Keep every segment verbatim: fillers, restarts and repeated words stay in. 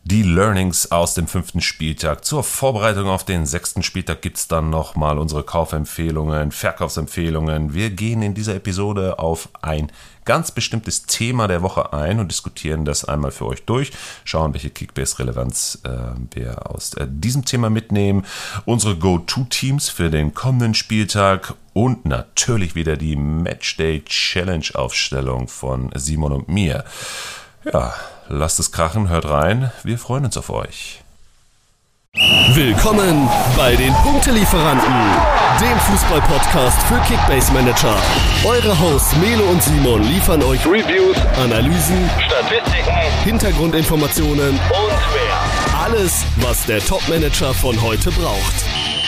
Die Learnings aus dem fünften Spieltag. Zur Vorbereitung auf den sechsten Spieltag gibt es dann nochmal unsere Kaufempfehlungen, Verkaufsempfehlungen. Wir gehen in dieser Episode auf ein ganz bestimmtes Thema der Woche ein und diskutieren das einmal für euch durch. Schauen, welche Kickbase-Relevanz äh, wir aus äh, diesem Thema mitnehmen. Unsere Go-To-Teams für den kommenden Spieltag und natürlich wieder die Matchday-Challenge-Aufstellung von Simon und mir. Ja, lasst es krachen, hört rein, wir freuen uns auf euch. Willkommen bei den Punktelieferanten, dem Fußball-Podcast für Kickbase-Manager. Eure Hosts Melo und Simon liefern euch Reviews, Analysen, Statistiken, Hintergrundinformationen und mehr. Alles, was der Top-Manager von heute braucht.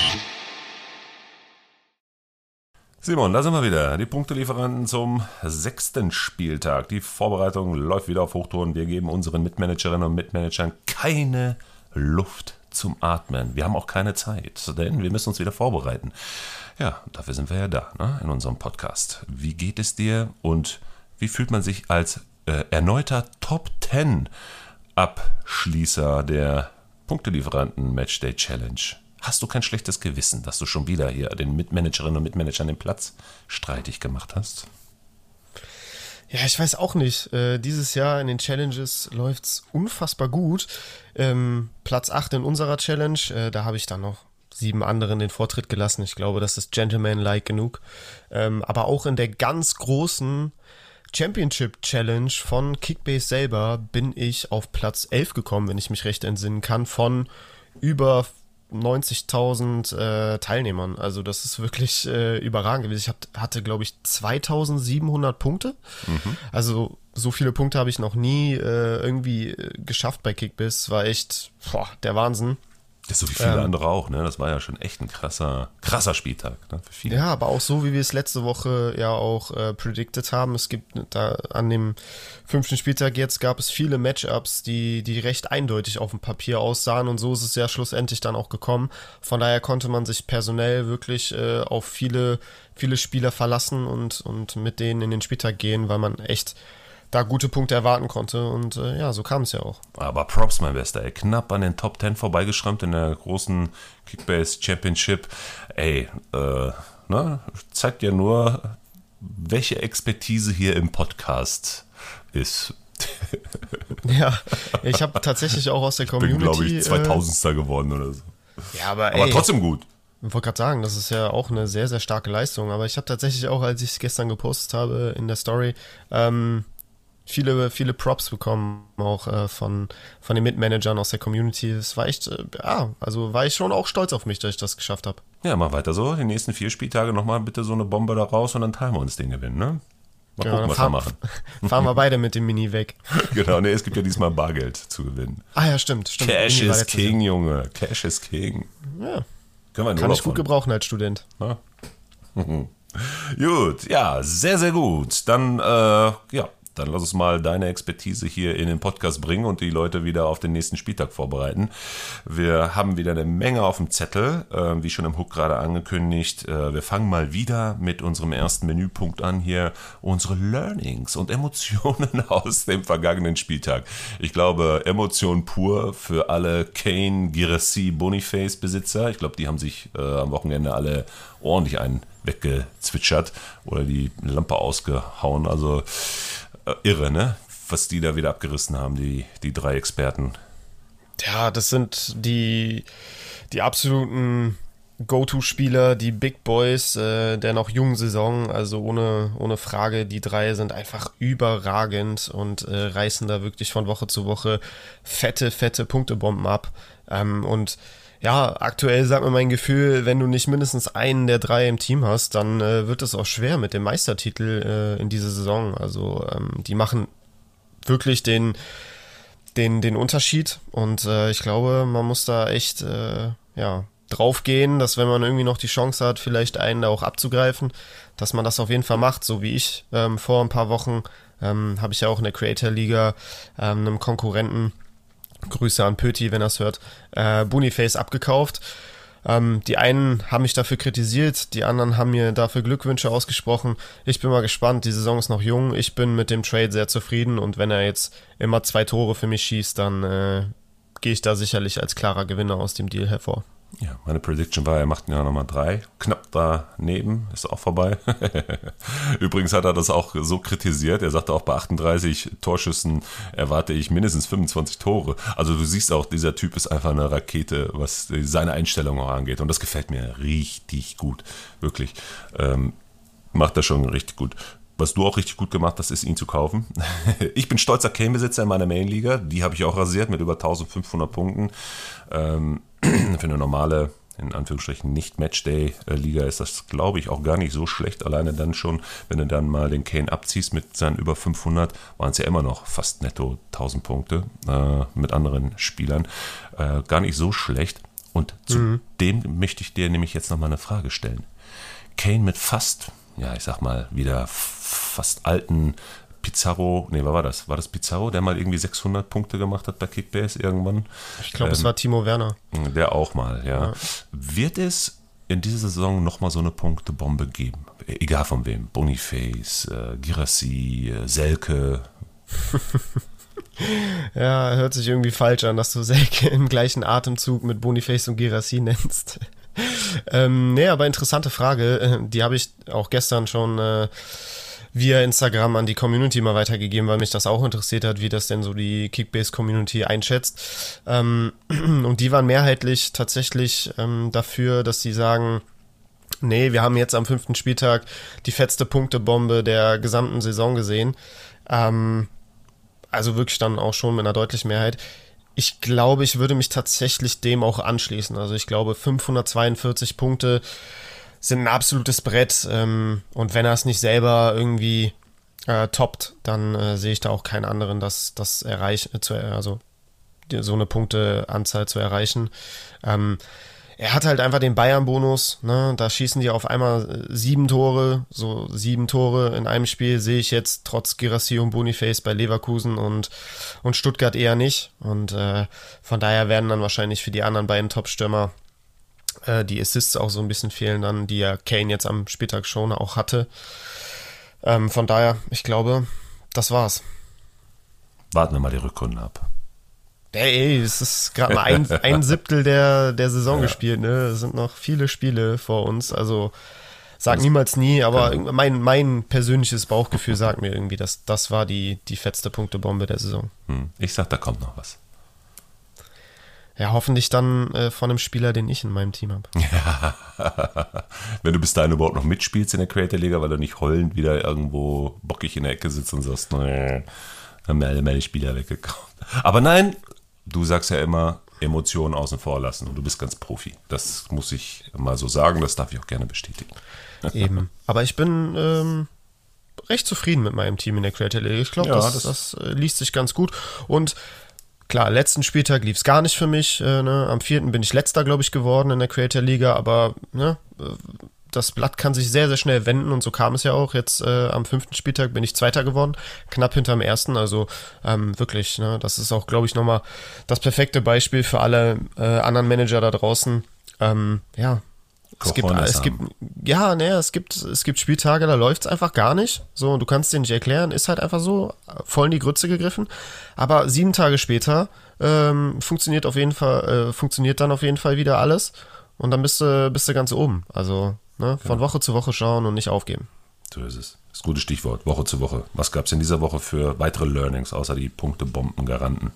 Simon, da sind wir wieder. Die Punktelieferanten zum sechsten Spieltag. Die Vorbereitung läuft wieder auf Hochtouren. Wir geben unseren Mitmanagerinnen und Mitmanagern keine Luft zum Atmen. Wir haben auch keine Zeit, denn wir müssen uns wieder vorbereiten. Ja, dafür sind wir ja da, ne, in unserem Podcast. Wie geht es dir und wie fühlt man sich als äh, erneuter Top zehn Abschließer der Punktelieferanten Matchday Challenge? Hast du kein schlechtes Gewissen, dass du schon wieder hier den Mitmanagerinnen und Mitmanagern den Platz streitig gemacht hast? Ja, ich weiß auch nicht. Äh, dieses Jahr in den Challenges läuft's unfassbar gut. Ähm, Platz acht in unserer Challenge, äh, da habe ich dann noch sieben anderen den Vortritt gelassen. Ich glaube, das ist Gentleman-like genug. Ähm, aber auch in der ganz großen Championship Challenge von Kickbase selber bin ich auf Platz elf gekommen, wenn ich mich recht entsinnen kann, von über neunzigtausend äh, Teilnehmern. Also das ist wirklich äh, überragend gewesen. Ich hab, hatte, glaube ich, zweitausendsiebenhundert Punkte. Mhm. Also so viele Punkte habe ich noch nie äh, irgendwie äh, geschafft bei Kickbase. War echt boah, der Wahnsinn. Das ist so wie viele ähm, andere auch, ne? Das war ja schon echt ein krasser, krasser Spieltag, ne? Für viele. Ja, aber auch so, wie wir es letzte Woche ja auch äh, predicted haben. Es gibt da an dem fünften Spieltag jetzt gab es viele Matchups, die, die recht eindeutig auf dem Papier aussahen und so ist es ja schlussendlich dann auch gekommen. Von daher konnte man sich personell wirklich äh, auf viele, viele Spieler verlassen und, und mit denen in den Spieltag gehen, weil man echt da gute Punkte erwarten konnte und äh, ja, so kam es ja auch. Aber Props, mein Bester, ey, knapp an den Top zehn vorbeigeschrammt in der großen Kickbase Championship. Ey, äh, ne, zeigt ja nur, welche Expertise hier im Podcast ist. Ja, ich habe tatsächlich auch aus der Community... Bin, glaube ich, zweitausendster äh, geworden oder so. Ja, aber Aber ey, trotzdem gut. Ich wollte gerade sagen, das ist ja auch eine sehr, sehr starke Leistung, aber ich habe tatsächlich auch, als ich es gestern gepostet habe in der Story, ähm, viele, viele Props bekommen, auch äh, von, von den Mitmanagern aus der Community. Das war echt, äh, ja, also war ich schon auch stolz auf mich, dass ich das geschafft habe. Ja, mach weiter so. Die nächsten vier Spieltage nochmal bitte so eine Bombe da raus und dann teilen wir uns den Gewinn, ne? Mal Ja, gucken, was fahr, wir machen. Fahren wir beide mit dem Mini weg. Genau, ne, es gibt ja diesmal Bargeld zu gewinnen. Ah ja, stimmt, stimmt. Cash Mini war is letztes King, Junge. Cash is King. Jahr. Ja, Können wir kann nur ich gut davon. gebrauchen als Student. Ja. Gut, ja, sehr, sehr gut. Dann, äh, ja, dann lass uns mal deine Expertise hier in den Podcast bringen und die Leute wieder auf den nächsten Spieltag vorbereiten. Wir haben wieder eine Menge auf dem Zettel, äh, wie schon im Hook gerade angekündigt. Äh, wir fangen mal wieder mit unserem ersten Menüpunkt an hier. Unsere Learnings und Emotionen aus dem vergangenen Spieltag. Ich glaube, Emotion pur für alle Kane, Girassi, Boniface-Besitzer. Ich glaube, die haben sich äh, am Wochenende alle ordentlich einen weggezwitschert oder die Lampe ausgehauen. Also irre, ne? Was die da wieder abgerissen haben, die, die drei Experten. Ja, das sind die, die absoluten Go-To-Spieler, die Big Boys äh, der noch jungen Saison. Also ohne, ohne Frage, die drei sind einfach überragend und äh, reißen da wirklich von Woche zu Woche fette, fette Punktebomben ab. Ähm, und ja, aktuell sagt mir mein Gefühl, wenn du nicht mindestens einen der drei im Team hast, dann äh, wird es auch schwer mit dem Meistertitel äh, in dieser Saison. Also ähm, die machen wirklich den, den, den Unterschied und äh, ich glaube, man muss da echt äh, ja, drauf gehen, dass wenn man irgendwie noch die Chance hat, vielleicht einen da auch abzugreifen, dass man das auf jeden Fall macht, so wie ich ähm, vor ein paar Wochen ähm, habe ich ja auch in der Creator-Liga ähm, einem Konkurrenten, Grüße an Pöti, wenn er es hört, äh, Boniface abgekauft. Ähm, die einen haben mich dafür kritisiert, die anderen haben mir dafür Glückwünsche ausgesprochen. Ich bin mal gespannt, die Saison ist noch jung, ich bin mit dem Trade sehr zufrieden und wenn er jetzt immer zwei Tore für mich schießt, dann äh, gehe ich da sicherlich als klarer Gewinner aus dem Deal hervor. Ja, meine Prediction war, er macht ja nochmal drei. Knapp daneben, ist auch vorbei. Übrigens hat er das auch so kritisiert. Er sagte auch, bei achtunddreißig Torschüssen erwarte ich mindestens fünfundzwanzig Tore. Also du siehst auch, dieser Typ ist einfach eine Rakete, was seine Einstellung auch angeht. Und das gefällt mir richtig gut. Wirklich. Ähm, macht er schon richtig gut. Was du auch richtig gut gemacht hast, ist ihn zu kaufen. Ich bin stolzer Kane-Besitzer in meiner Main-Liga. Die habe ich auch rasiert mit über eintausendfünfhundert Punkten. Ähm, für eine normale, in Anführungsstrichen, Nicht-Matchday-Liga ist das, glaube ich, auch gar nicht so schlecht. Alleine dann schon, wenn du dann mal den Kane abziehst mit seinen über fünfhundert, waren es ja immer noch fast netto tausend Punkte äh, mit anderen Spielern. Äh, gar nicht so schlecht. Und zu mhm. dem möchte ich dir nämlich jetzt nochmal eine Frage stellen. Kane mit fast, ja, ich sag mal, wieder fast alten Pizarro, nee, was war das? War das Pizarro, der mal irgendwie sechshundert Punkte gemacht hat bei Kickbase irgendwann? Ich glaube, ähm, es war Timo Werner. Der auch mal, ja. ja. Wird es in dieser Saison nochmal so eine Punktebombe geben? Egal von wem. Boniface, äh, Girassi, äh, Selke. Ja, hört sich irgendwie falsch an, dass du Selke im gleichen Atemzug mit Boniface und Girassi nennst. ähm, nee, aber interessante Frage. Die habe ich auch gestern schon äh, via Instagram an die Community mal weitergegeben, weil mich das auch interessiert hat, wie das denn so die Kickbase-Community einschätzt. Ähm, und die waren mehrheitlich tatsächlich ähm, dafür, dass sie sagen, nee, wir haben jetzt am fünften Spieltag die fetzte Punktebombe der gesamten Saison gesehen. Ähm, also wirklich dann auch schon mit einer deutlichen Mehrheit. Ich glaube, ich würde mich tatsächlich dem auch anschließen. Also ich glaube, fünfhundertzweiundvierzig Punkte sind ein absolutes Brett. Ähm, und wenn er es nicht selber irgendwie äh, toppt, dann äh, sehe ich da auch keinen anderen, das, das erreich, äh, zu, also die, so eine Punkteanzahl zu erreichen. Ähm, er hat halt einfach den Bayern-Bonus, ne? Da schießen die auf einmal sieben Tore, so sieben Tore in einem Spiel sehe ich jetzt trotz Girassi und Boniface bei Leverkusen und, und Stuttgart eher nicht. Und äh, von daher werden dann wahrscheinlich für die anderen beiden Top-Stürmer äh, die Assists auch so ein bisschen fehlen dann, die ja Kane jetzt am Spieltag schon auch hatte. Ähm, von daher, ich glaube, das war's. Warten wir mal die Rückrunde ab. Ey, es ist gerade mal ein, ein Siebtel der, der Saison ja. gespielt, ne? Es sind noch viele Spiele vor uns, also sag das niemals nie, aber genau. mein, mein persönliches Bauchgefühl sagt mir irgendwie, dass das war die, die fetzte Punktebombe der Saison. Hm. Ich sag, da kommt noch was. Ja, hoffentlich dann äh, von einem Spieler, den ich in meinem Team habe. Ja. Wenn du bis dahin überhaupt noch mitspielst in der Creator-Liga, weil du nicht heulend wieder irgendwo bockig in der Ecke sitzt und sagst, nee, haben mir alle meine Spieler weggekauft. Aber nein, du sagst ja immer, Emotionen außen vor lassen und du bist ganz Profi. Das muss ich mal so sagen, das darf ich auch gerne bestätigen. Eben. Aber ich bin ähm, recht zufrieden mit meinem Team in der Creator League. Ich glaube, ja, das, das, das äh, liest sich ganz gut. Und klar, letzten Spieltag lief es gar nicht für mich. Äh, ne? Am vierten bin ich letzter, glaube ich, geworden in der Creator Liga, aber ne, das Blatt kann sich sehr, sehr schnell wenden und so kam es ja auch. Jetzt äh, am fünften Spieltag bin ich Zweiter geworden, knapp hinterm ersten, also ähm, wirklich, ne, das ist auch, glaube ich, nochmal das perfekte Beispiel für alle äh, anderen Manager da draußen. Ähm, ja, es gibt, es gibt, ja, ne, es gibt, es gibt Spieltage, da läuft es einfach gar nicht. So, du kannst dir nicht erklären, ist halt einfach so, voll in die Grütze gegriffen. Aber sieben Tage später ähm, funktioniert auf jeden Fall, äh, funktioniert dann auf jeden Fall wieder alles und dann bist du, bist du ganz oben. Also Ne, von genau. Woche zu Woche schauen und nicht aufgeben. So ist es. Das ist ein gutes Stichwort, Woche zu Woche. Was gab es in dieser Woche für weitere Learnings, außer die Punktebomben-Garanten?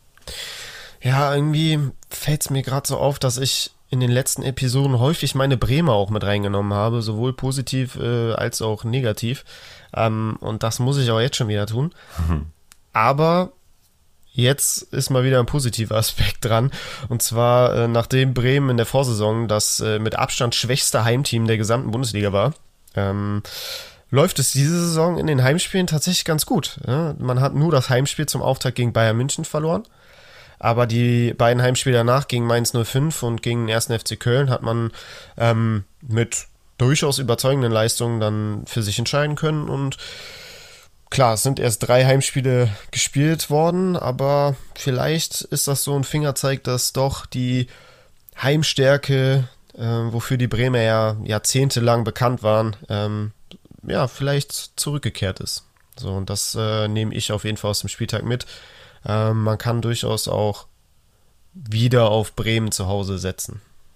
Ja, irgendwie fällt es mir gerade so auf, dass ich in den letzten Episoden häufig meine Bremer auch mit reingenommen habe, sowohl positiv äh, als auch negativ. Ähm, und das muss ich auch jetzt schon wieder tun. Mhm. Aber jetzt ist mal wieder ein positiver Aspekt dran. Und zwar, äh, nachdem Bremen in der Vorsaison das äh, mit Abstand schwächste Heimteam der gesamten Bundesliga war, ähm, läuft es diese Saison in den Heimspielen tatsächlich ganz gut. Ja? Man hat nur das Heimspiel zum Auftakt gegen Bayern München verloren. Aber die beiden Heimspiele danach gegen Mainz null fünf und gegen den ersten F C Köln hat man ähm, mit durchaus überzeugenden Leistungen dann für sich entscheiden können. Und klar, es sind erst drei Heimspiele gespielt worden, aber vielleicht ist das so ein Fingerzeig, dass doch die Heimstärke, äh, wofür die Bremer ja jahrzehntelang bekannt waren, ähm, ja, vielleicht zurückgekehrt ist. So, und das äh, nehme ich auf jeden Fall aus dem Spieltag mit. Ähm, man kann durchaus auch wieder auf Bremen zu Hause setzen.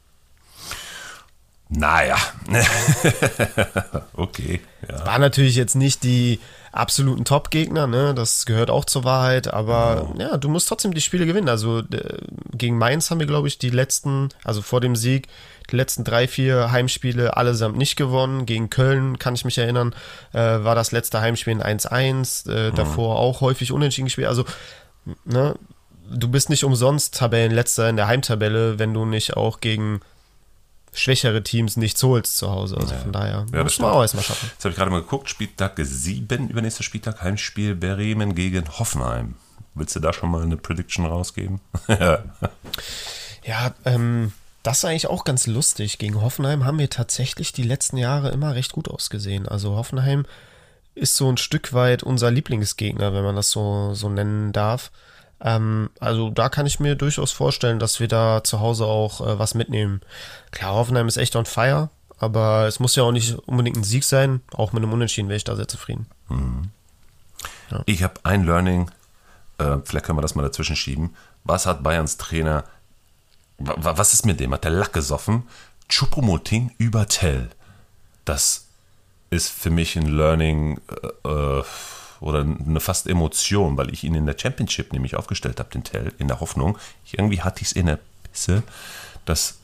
Naja. Okay. Ja. War natürlich jetzt nicht die absoluten Top-Gegner, ne? Das gehört auch zur Wahrheit, aber oh. ja, du musst trotzdem die Spiele gewinnen. Also äh, gegen Mainz haben wir, glaube ich, die letzten, also vor dem Sieg, die letzten drei, vier Heimspiele allesamt nicht gewonnen. Gegen Köln, kann ich mich erinnern, äh, war das letzte Heimspiel ein eins eins, äh, mhm. davor auch häufig unentschieden gespielt. Also, ne, du bist nicht umsonst Tabellenletzter in der Heimtabelle, wenn du nicht auch gegen schwächere Teams nichts holst zu Hause. Also ja. von daher ja, muss man auch erstmal schaffen. Jetzt habe ich gerade mal geguckt, Spieltag sieben, übernächster Spieltag, Heimspiel Bremen gegen Hoffenheim. Willst du da schon mal eine Prediction rausgeben? Ja, ähm, das ist eigentlich auch ganz lustig. Gegen Hoffenheim haben wir tatsächlich die letzten Jahre immer recht gut ausgesehen. Also Hoffenheim ist so ein Stück weit unser Lieblingsgegner, wenn man das so, so nennen darf. Ähm, also da kann ich mir durchaus vorstellen, dass wir da zu Hause auch äh, was mitnehmen. Klar, Hoffenheim ist echt on fire, aber es muss ja auch nicht unbedingt ein Sieg sein. Auch mit einem Unentschieden wäre ich da sehr zufrieden. Mhm. Ja. Ich habe ein Learning, äh, vielleicht können wir das mal dazwischen schieben. Was hat Bayerns Trainer, w- was ist mit dem? Hat der Lack gesoffen? Choupo-Moting über Tell. Das ist für mich ein Learning, äh, äh, oder eine fast Emotion, weil ich ihn in der Championship nämlich aufgestellt habe, den Tell, in der Hoffnung. Ich, irgendwie hatte ich es in der Pisse, dass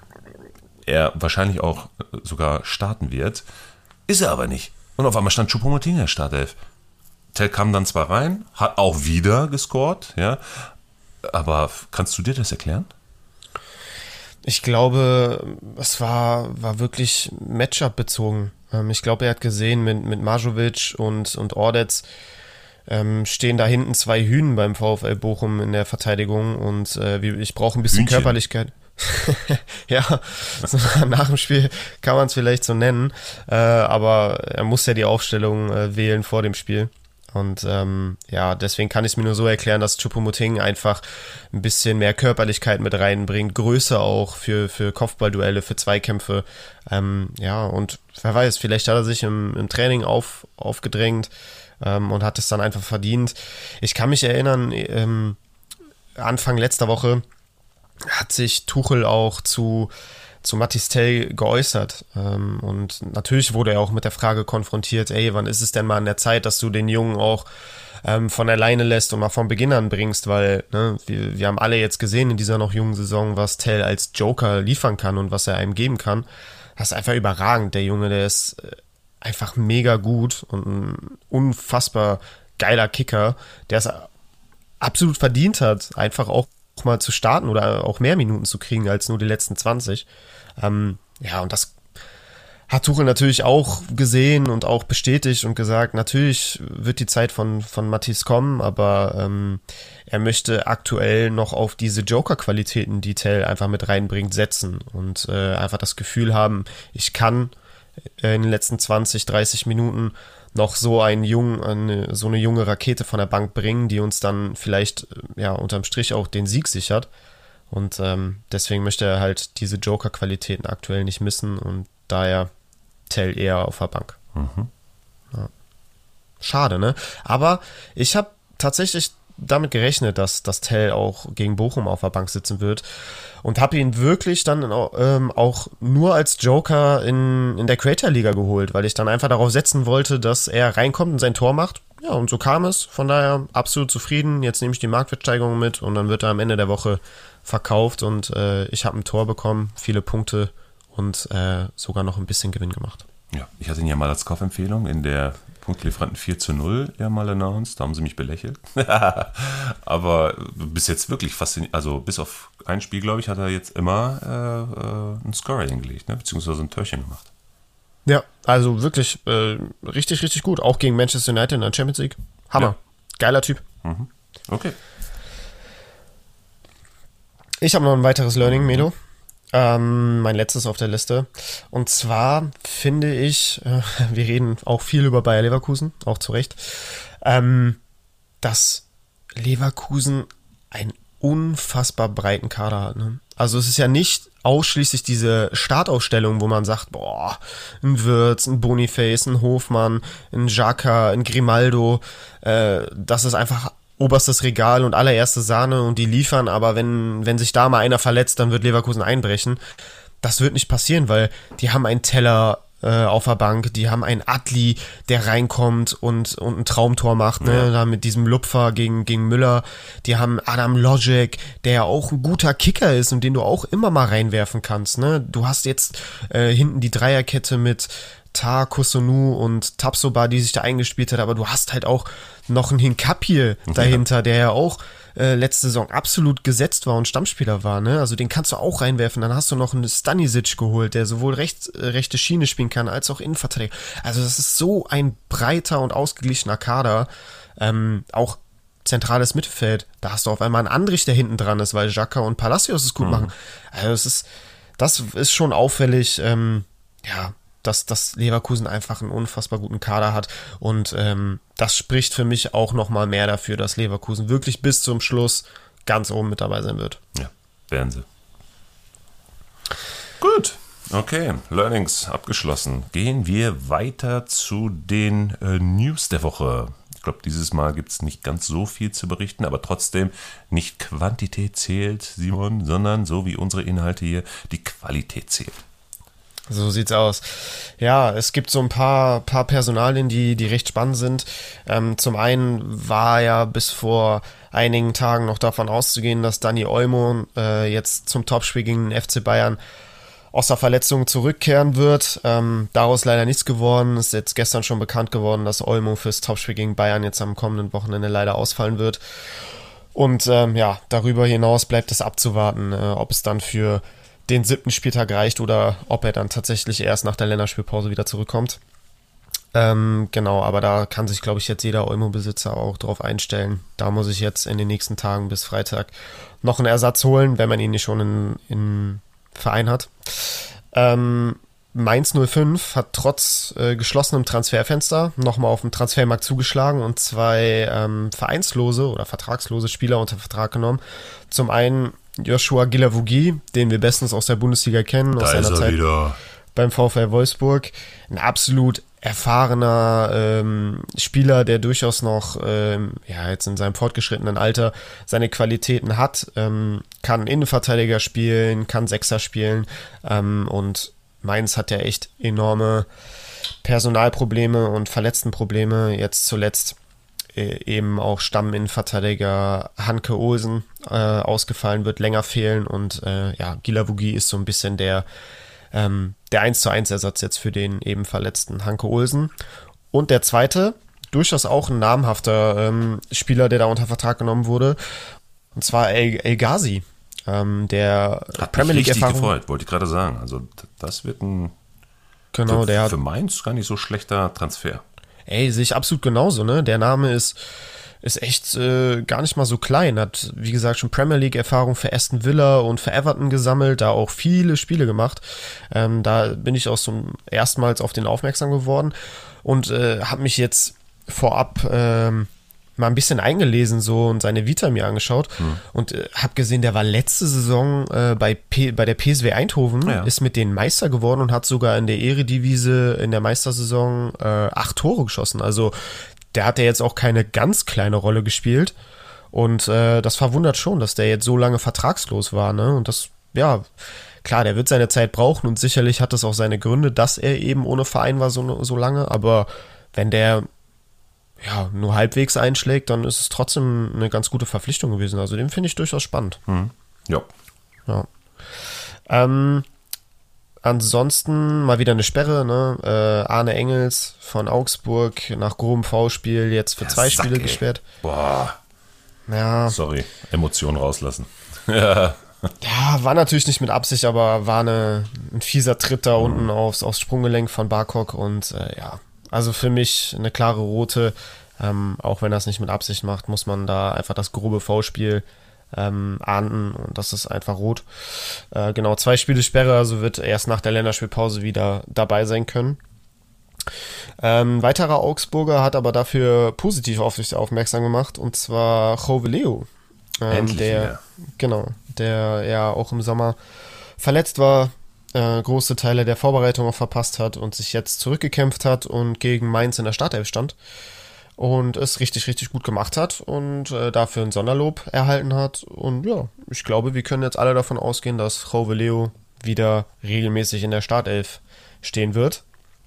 er wahrscheinlich auch sogar starten wird. Ist er aber nicht. Und auf einmal stand Choupo-Moting in der Startelf. Tell kam dann zwar rein, hat auch wieder gescored, ja, aber kannst du dir das erklären? Ich glaube, es war, war wirklich Matchup bezogen. Ich glaube, er hat gesehen, mit, mit Marjovic und, und Ordetz ähm, stehen da hinten zwei Hünen beim VfL Bochum in der Verteidigung und äh, ich brauche ein bisschen Hühnchen. Körperlichkeit. Ja, so nach dem Spiel kann man es vielleicht so nennen, äh, aber er muss ja die Aufstellung äh, wählen vor dem Spiel. Und ähm, ja, deswegen kann ich es mir nur so erklären, dass Choupo-Moting einfach ein bisschen mehr Körperlichkeit mit reinbringt, Größe auch für, für Kopfballduelle, für Zweikämpfe. Ähm, ja, und wer weiß, vielleicht hat er sich im, im Training auf, aufgedrängt ähm, und hat es dann einfach verdient. Ich kann mich erinnern, ähm, Anfang letzter Woche hat sich Tuchel auch zu zu Mathys Tell geäußert. Ähm, und natürlich wurde er auch mit der Frage konfrontiert, ey, wann ist es denn mal an der Zeit, dass du den Jungen auch ähm, von alleine lässt und mal von Beginn an bringst, weil ne, wir, wir haben alle jetzt gesehen in dieser noch jungen Saison, was Tell als Joker liefern kann und was er einem geben kann. Das ist einfach überragend. Der Junge, der ist einfach mega gut und ein unfassbar geiler Kicker, der es absolut verdient hat, einfach auch mal zu starten oder auch mehr Minuten zu kriegen als nur die letzten zwanzig. Ähm, ja, und das hat Tuchel natürlich auch gesehen und auch bestätigt und gesagt, natürlich wird die Zeit von, von Mathys kommen, aber ähm, er möchte aktuell noch auf diese Joker-Qualitäten, die Tell einfach mit reinbringt, setzen und äh, einfach das Gefühl haben, ich kann äh, in den letzten zwanzig, dreißig Minuten noch so einen jungen, eine, so eine junge Rakete von der Bank bringen, die uns dann vielleicht ja unterm Strich auch den Sieg sichert. Und ähm, deswegen möchte er halt diese Joker-Qualitäten aktuell nicht missen und daher Tell eher auf der Bank. Mhm. Ja. Schade, ne? Aber ich habe tatsächlich damit gerechnet, dass, dass Tell auch gegen Bochum auf der Bank sitzen wird und habe ihn wirklich dann ähm, auch nur als Joker in, in der Creator-Liga geholt, weil ich dann einfach darauf setzen wollte, dass er reinkommt und sein Tor macht. Ja, und so kam es. Von daher absolut zufrieden. Jetzt nehme ich die Marktwertsteigerung mit und dann wird er am Ende der Woche verkauft und äh, ich habe ein Tor bekommen, viele Punkte und äh, sogar noch ein bisschen Gewinn gemacht. Ja, ich hatte ihn ja mal als Kaufempfehlung in der Punktlieferanten vier zu null ja mal announced, da haben sie mich belächelt. Aber bis jetzt wirklich faszinierend, also bis auf ein Spiel, glaube ich, hat er jetzt immer äh, äh, einen Scorer hingelegt, ne? Beziehungsweise ein Törchen gemacht. Ja, also wirklich äh, richtig, richtig gut. Auch gegen Manchester United in der Champions League. Hammer. Ja. Geiler Typ. Mhm. Okay. Ich habe noch ein weiteres Learning, Melo. Ähm, mein letztes auf der Liste. Und zwar finde ich, äh, wir reden auch viel über Bayer Leverkusen, auch zu Recht, ähm, dass Leverkusen einen unfassbar breiten Kader hat. Ne? Also es ist ja nicht ausschließlich diese Startaufstellung, wo man sagt, boah, ein Wirtz, ein Boniface, ein Hofmann, ein Xhaka, ein Grimaldo, äh, das ist einfach oberstes Regal und allererste Sahne und die liefern, aber wenn, wenn sich da mal einer verletzt, dann wird Leverkusen einbrechen. Das wird nicht passieren, weil die haben einen Teller äh, auf der Bank, die haben einen Adli, der reinkommt und, und ein Traumtor macht, ne, ja. da mit diesem Lupfer gegen, gegen Müller. Die haben Adam Lojek, der ja auch ein guter Kicker ist und den du auch immer mal reinwerfen kannst, ne. Du hast jetzt äh, hinten die Dreierkette mit Tah, Kusunu und Tapsoba, die sich da eingespielt hat, aber du hast halt auch noch einen Hinkapie dahinter, ja. der ja auch äh, letzte Saison absolut gesetzt war und Stammspieler war, ne? Also den kannst du auch reinwerfen. Dann hast du noch einen Stanisic geholt, der sowohl rechts, äh, rechte Schiene spielen kann, als auch Innenverteidiger. Also das ist so ein breiter und ausgeglichener Kader. Ähm, auch zentrales Mittelfeld. Da hast du auf einmal einen Andrich, der hinten dran ist, weil Xhaka und Palacios es gut mhm. machen. Also es ist, das ist schon auffällig, ähm, ja, dass, dass Leverkusen einfach einen unfassbar guten Kader hat und ähm, das spricht für mich auch nochmal mehr dafür, dass Leverkusen wirklich bis zum Schluss ganz oben mit dabei sein wird. Ja, werden sie. Gut, okay, Learnings abgeschlossen. Gehen wir weiter zu den äh, News der Woche. Ich glaube, dieses Mal gibt es nicht ganz so viel zu berichten, aber trotzdem nicht Quantität zählt, Simon, sondern so wie unsere Inhalte hier, die Qualität zählt. So sieht's aus. Ja, es gibt so ein paar, paar Personalien, die, die recht spannend sind. Ähm, zum einen war ja bis vor einigen Tagen noch davon auszugehen, dass Dani Olmo äh, jetzt zum Topspiel gegen den F C Bayern aus der Verletzung zurückkehren wird. Ähm, daraus leider nichts geworden. Ist jetzt gestern schon bekannt geworden, dass Olmo fürs Topspiel gegen Bayern jetzt am kommenden Wochenende leider ausfallen wird. Und ähm, ja, darüber hinaus bleibt es abzuwarten, äh, ob es dann für den siebten Spieltag reicht oder ob er dann tatsächlich erst nach der Länderspielpause wieder zurückkommt. Ähm, genau, aber da kann sich, glaube ich, jetzt jeder Olmo-Besitzer auch drauf einstellen. Da muss ich jetzt in den nächsten Tagen bis Freitag noch einen Ersatz holen, wenn man ihn nicht schon in, in Verein hat. Ähm, Mainz null fünf hat trotz äh, geschlossenem Transferfenster nochmal auf dem Transfermarkt zugeschlagen und zwei ähm, vereinslose oder vertragslose Spieler unter Vertrag genommen. Zum einen Joshua Guilavogui, den wir bestens aus der Bundesliga kennen, da aus seiner Zeit wieder. beim VfL Wolfsburg. Ein absolut erfahrener ähm, Spieler, der durchaus noch ähm, ja jetzt in seinem fortgeschrittenen Alter seine Qualitäten hat, ähm, kann Innenverteidiger spielen, kann Sechser spielen ähm, und Mainz hat ja echt enorme Personalprobleme und Verletztenprobleme. Jetzt zuletzt eben auch Stamminnenverteidiger Hanke Olsen äh, ausgefallen wird, länger fehlen und äh, ja, Guilavogui ist so ein bisschen der ähm, der eins zu eins Ersatz jetzt für den eben verletzten Hanke Olsen. Und der zweite, durchaus auch ein namhafter ähm, Spieler, der da unter Vertrag genommen wurde, und zwar El, El Ghazi, ähm, der Hat Premier mich League richtig Erfahrung. gefreut, wollte ich gerade sagen. Also das wird ein Genau, für, der hat für Mainz gar nicht so schlechter Transfer. Ey, sehe ich absolut genauso, ne? Der Name ist, ist echt äh, gar nicht mal so klein. Hat, wie gesagt, schon Premier League-Erfahrung für Aston Villa und für Everton gesammelt, da auch viele Spiele gemacht. Ähm, da bin ich auch zum erstmals auf den aufmerksam geworden und äh, habe mich jetzt vorab ähm, mal ein bisschen eingelesen so und seine Vita mir angeschaut hm. und äh, habe gesehen, der war letzte Saison äh, bei, P- bei der P S V Eindhoven, ja. ist mit denen Meister geworden und hat sogar in der Eredivisie in der Meistersaison äh, acht Tore geschossen. Also der hat ja jetzt auch keine ganz kleine Rolle gespielt und äh, das verwundert schon, dass der jetzt so lange vertragslos war, ne? Und das, ja, klar, der wird seine Zeit brauchen und sicherlich hat das auch seine Gründe, dass er eben ohne Verein war so, so lange, aber wenn der ja, nur halbwegs einschlägt, dann ist es trotzdem eine ganz gute Verpflichtung gewesen. Also den finde ich durchaus spannend. Hm. Ja. Ja. Ähm, ansonsten mal wieder eine Sperre, ne? Äh, Arne Engels von Augsburg nach grobem Foulspiel jetzt für Der zwei Sack, Spiele ey. gesperrt. Boah. Ja. Sorry, Emotionen rauslassen. ja. Ja, war natürlich nicht mit Absicht, aber war eine, ein fieser Tritt da mhm. unten aufs, aufs Sprunggelenk von Barkok und äh, ja. Also für mich eine klare rote, ähm, auch wenn er es nicht mit Absicht macht, muss man da einfach das grobe Foulspiel ähm, ahnden und das ist einfach rot. Äh, genau, zwei Spiele Sperre, also wird erst nach der Länderspielpause wieder dabei sein können. Ähm, weiterer Augsburger hat aber dafür positiv auf sich aufmerksam gemacht und zwar Joveleo, ähm, der, mehr. genau, der ja auch im Sommer verletzt war, Äh, große Teile der Vorbereitung auch verpasst hat und sich jetzt zurückgekämpft hat und gegen Mainz in der Startelf stand. und es richtig, richtig gut gemacht hat und äh, dafür ein Sonderlob erhalten hat. Und ja, ich glaube, wir können jetzt alle davon ausgehen, dass João Leo wieder regelmäßig in der Startelf stehen wird.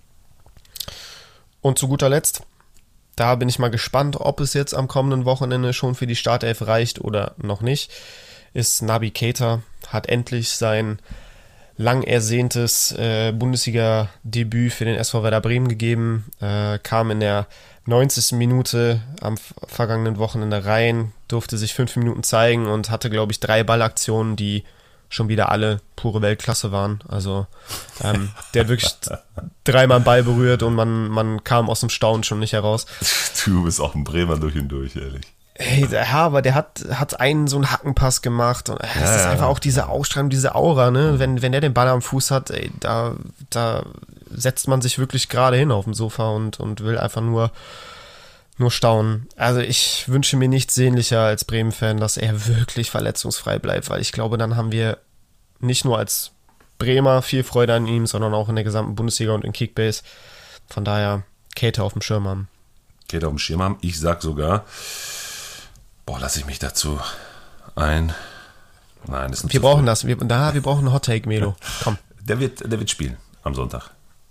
Und zu guter Letzt, da bin ich mal gespannt, ob es jetzt am kommenden Wochenende schon für die Startelf reicht oder noch nicht, ist Naby Keita, hat endlich sein lang ersehntes äh, Bundesliga-Debüt für den S V Werder Bremen gegeben, äh, kam in der neunzigsten Minute am vergangenen Wochenende rein, durfte sich fünf Minuten zeigen und hatte, glaube ich, drei Ballaktionen, die schon wieder alle pure Weltklasse waren. Also ähm, der hat wirklich dreimal einen Ball berührt und man, man kam aus dem Staunen schon nicht heraus. Du bist auch ein Bremer durch und durch, ehrlich. Hey, ja, aber der hat, hat einen so einen Hackenpass gemacht und es ja, ist einfach auch diese Ausstrahlung, diese Aura, ne? Wenn, wenn der den Ball am Fuß hat, ey, da, da setzt man sich wirklich gerade hin auf dem Sofa und, und will einfach nur, nur staunen. Also ich wünsche mir nichts sehnlicher als Bremen-Fan, dass er wirklich verletzungsfrei bleibt, weil ich glaube, dann haben wir nicht nur als Bremer viel Freude an ihm, sondern auch in der gesamten Bundesliga und in Kickbase. Von daher, Keita auf dem Schirm haben. Keita auf dem Schirm haben. Ich sag sogar, boah, lasse ich mich dazu ein. Nein, das ist Wir brauchen das. Wir, da, wir brauchen einen Hot-Take, Melo. Komm. Der wird, der wird spielen am Sonntag.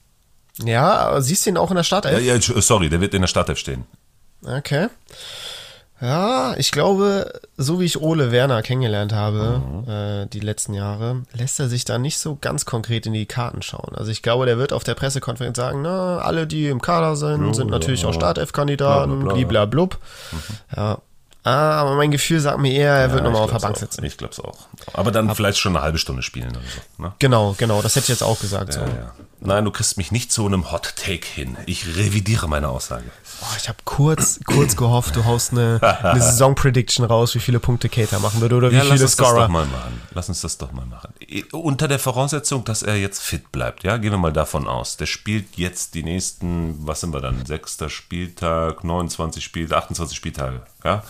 Ja, siehst du ihn auch in der Startelf? Ja, ja, sorry, der wird in der Startelf stehen. Okay. Ja, ich glaube, so wie ich Ole Werner kennengelernt habe, mhm. äh, die letzten Jahre, lässt er sich da nicht so ganz konkret in die Karten schauen. Also ich glaube, der wird auf der Pressekonferenz sagen, na, alle, die im Kader sind, ja, sind natürlich ja, auch Startelf-Kandidaten, bliblablub. Mhm. Ja. Ah, aber mein Gefühl sagt mir eher, er ja, wird nochmal auf der Bank auch. sitzen. Ich glaube es auch. Aber dann aber vielleicht schon eine halbe Stunde spielen oder so. Ne? Genau, genau, das hätte ich jetzt auch gesagt. Ja, so. ja. Nein, du kriegst mich nicht zu einem Hot Take hin. Ich revidiere meine Aussage. Oh, ich habe kurz, kurz gehofft, du haust eine, eine Saison-Prediction raus, wie viele Punkte Keita machen würde oder wie ja, viele lass uns Scorer. Das doch mal machen. Lass uns das doch mal machen. Unter der Voraussetzung, dass er jetzt fit bleibt. Ja, gehen wir mal davon aus. Der spielt jetzt die nächsten, was sind wir dann? Sechster Spieltag, neunundzwanzig Spiele, achtundzwanzig Spieltage. Ja.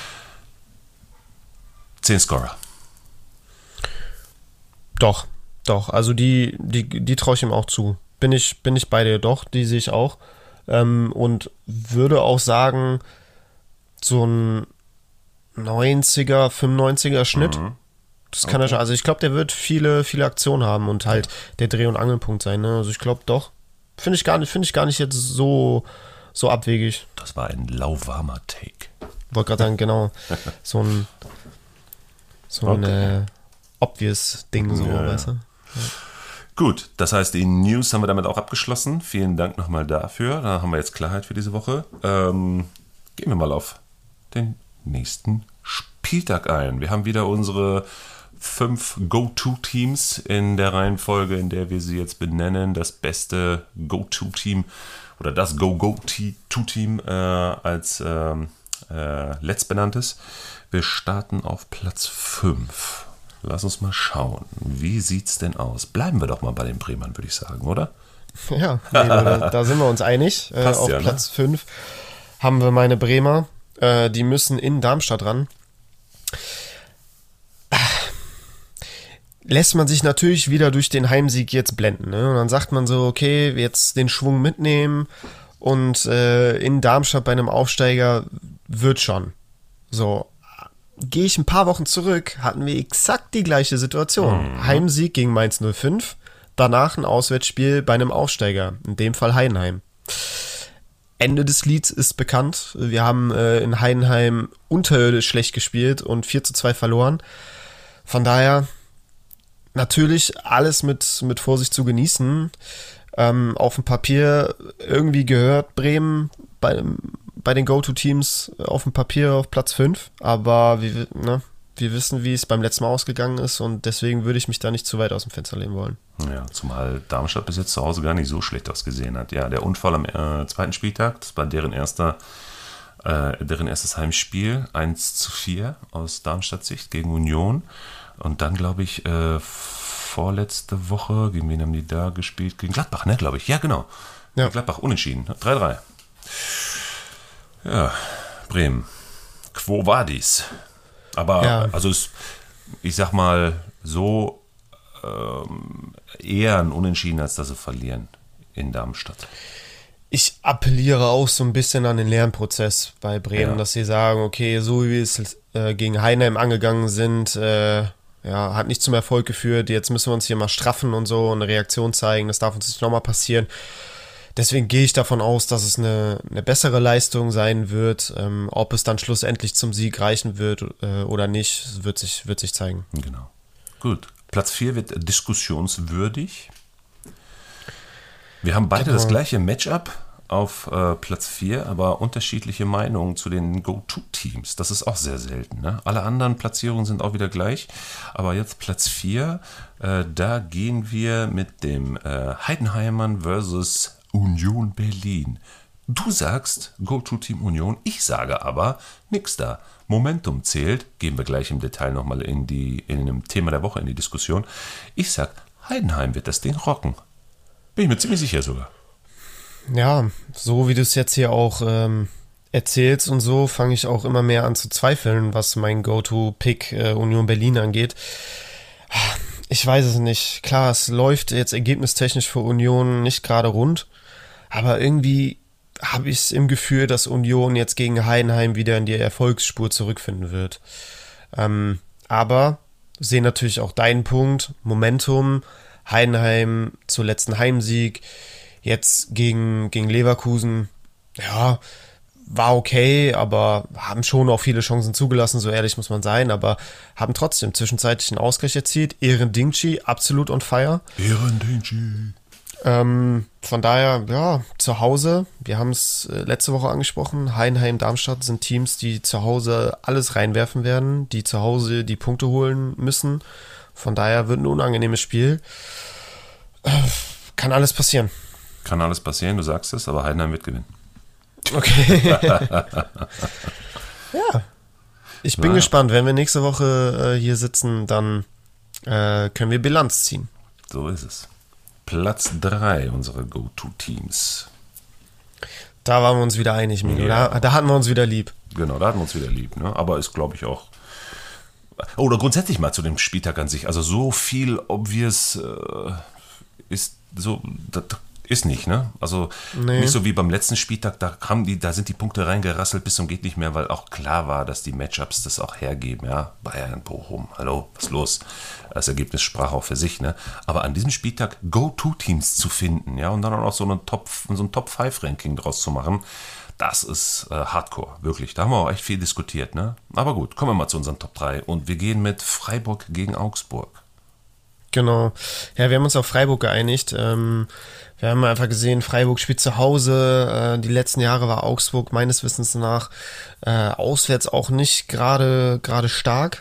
Zehn Scorer. Doch, doch. Also die, die, die traue ich ihm auch zu. Bin ich, bin ich bei dir, doch, die sehe ich auch. Ähm, und würde auch sagen, so ein neunziger, fünfundneunziger Schnitt. Mhm. Das kann okay. er schon. Also ich glaube, der wird viele, viele Aktionen haben und halt der Dreh- und Angelpunkt sein. Ne? Also ich glaube doch. Finde ich gar nicht, finde ich gar nicht jetzt so, so abwegig. Das war ein lauwarmer Take. Wollte gerade sagen, genau. So ein So okay. ein äh, obvious Ding, so, ja, weißt du? Ja. Gut, das heißt, die News haben wir damit auch abgeschlossen. Vielen Dank nochmal dafür. Da haben wir jetzt Klarheit für diese Woche. Ähm, gehen wir mal auf den nächsten Spieltag ein. Wir haben wieder unsere fünf Go-To-Teams in der Reihenfolge, in der wir sie jetzt benennen. Das beste Go-To-Team oder das Go-Go-To-Team äh, als ähm, äh, letztbenanntes. Wir starten auf Platz fünf. Lass uns mal schauen. Wie sieht's denn aus? Bleiben wir doch mal bei den Bremern, würde ich sagen, oder? Ja, nee, da, da sind wir uns einig. Äh, auf ja, Platz ne? fünf haben wir meine Bremer. Äh, die müssen in Darmstadt ran. Lässt man sich natürlich wieder durch den Heimsieg jetzt blenden. Ne? Und dann sagt man so, okay, jetzt den Schwung mitnehmen und äh, in Darmstadt bei einem Aufsteiger wird schon. So, gehe ich ein paar Wochen zurück, hatten wir exakt die gleiche Situation. Mhm. Heimsieg gegen Mainz null fünf, danach ein Auswärtsspiel bei einem Aufsteiger, in dem Fall Heidenheim. Ende des Lieds ist bekannt. Wir haben äh, in Heidenheim unterirdisch schlecht gespielt und vier zu zwei verloren. Von daher natürlich alles mit, mit Vorsicht zu genießen. Ähm, auf dem Papier irgendwie gehört Bremen bei bei den Go-To-Teams auf dem Papier auf Platz fünf, aber wir, ne, wir wissen, wie es beim letzten Mal ausgegangen ist und deswegen würde ich mich da nicht zu weit aus dem Fenster lehnen wollen. Ja, zumal Darmstadt bis jetzt zu Hause gar nicht so schlecht ausgesehen hat. Ja, der Unfall am äh, zweiten Spieltag, das war deren erster, äh, deren erstes Heimspiel, eins zu vier aus Darmstadt-Sicht gegen Union und dann, glaube ich, äh, vorletzte Woche, gegen wen haben die da gespielt? Gegen Gladbach, ne, glaube ich. Ja, genau. Ja. Gladbach, unentschieden, drei drei. Ja, Bremen. Quo vadis? Aber, ja. also es, ich sag mal, so ähm, eher ein Unentschieden, als dass sie verlieren in Darmstadt. ich appelliere auch so ein bisschen an den Lernprozess bei Bremen, Ja. dass sie sagen, okay, so wie wir es äh, gegen Heidenheim angegangen sind, äh, ja, hat nicht zum Erfolg geführt, jetzt müssen wir uns hier mal straffen und so und eine Reaktion zeigen, das darf uns nicht nochmal passieren. Deswegen gehe ich davon aus, dass es eine, eine bessere Leistung sein wird. Ähm, ob es dann schlussendlich zum Sieg reichen wird äh, oder nicht, wird sich, wird sich zeigen. Genau. Gut. Platz vier wird diskussionswürdig. Wir haben beide Genau. das gleiche Matchup auf äh, Platz vier, aber unterschiedliche Meinungen zu den Go-To-Teams. Das ist auch sehr selten. Ne? Alle anderen Platzierungen sind auch wieder gleich. Aber jetzt Platz vier, äh, da gehen wir mit dem äh, Heidenheimern versus Union Berlin. Du sagst Go-To-Team Union, ich sage aber nix da. Momentum zählt, gehen wir gleich im Detail nochmal in die in dem Thema der Woche in die Diskussion. Ich sag, Heidenheim wird das Ding rocken. Bin ich mir ziemlich sicher sogar. Ja, so wie du es jetzt hier auch ähm, erzählst und so, fange ich auch immer mehr an zu zweifeln, was mein Go-To-Pick äh, Union Berlin angeht. Ich weiß es nicht. Klar, es läuft jetzt ergebnistechnisch für Union nicht gerade rund, aber irgendwie habe ich es im Gefühl, dass Union jetzt gegen Heidenheim wieder in die Erfolgsspur zurückfinden wird. Ähm, aber sehe natürlich auch deinen Punkt, Momentum, Heidenheim zur letzten Heimsieg, jetzt gegen, gegen Leverkusen, ja, war okay, aber haben schon auch viele Chancen zugelassen, so ehrlich muss man sein, aber haben trotzdem zwischenzeitlich einen Ausgleich erzielt. Ehren Dingchi, absolut on fire. Ehren Dingchi. Ähm, von daher, ja, zu Hause, wir haben es äh, letzte Woche angesprochen, Heidenheim, Darmstadt sind Teams, die zu Hause alles reinwerfen werden, die zu Hause die Punkte holen müssen. Von daher wird ein unangenehmes Spiel. Äh, kann alles passieren. Kann alles passieren, du sagst es, aber Heidenheim wird gewinnen. Okay. Ja. Ich bin Naja. gespannt, wenn wir nächste Woche äh, hier sitzen, dann äh, können wir Bilanz ziehen. So ist es. Platz drei unserer Go-To-Teams. Da waren wir uns wieder einig, Milo. Ja. Da, da hatten wir uns wieder lieb. Genau, da hatten wir uns wieder lieb. Ne? Aber ist, glaube ich, auch... Oder grundsätzlich mal zu dem Spieltag an sich. Also so viel obvious äh, ist so... Das ist nicht, ne? Also Nee. nicht so wie beim letzten Spieltag, da haben die, da sind die Punkte reingerasselt bis zum geht nicht mehr, weil auch klar war, dass die Matchups das auch hergeben, ja. Bayern, Bochum, hallo, was ist los? Das Ergebnis sprach auch für sich, ne? Aber an diesem Spieltag Go-To-Teams zu finden, ja, und dann auch noch so, einen Top, so ein Top fünf Ranking draus zu machen, das ist äh, Hardcore, wirklich. Da haben wir auch echt viel diskutiert, ne? Aber gut, kommen wir mal zu unseren Top drei und wir gehen mit Freiburg gegen Augsburg. Genau. Ja, wir haben uns auf Freiburg geeinigt. Ähm, wir haben einfach gesehen, Freiburg spielt zu Hause. Äh, die letzten Jahre war Augsburg meines Wissens nach äh, auswärts auch nicht gerade gerade stark.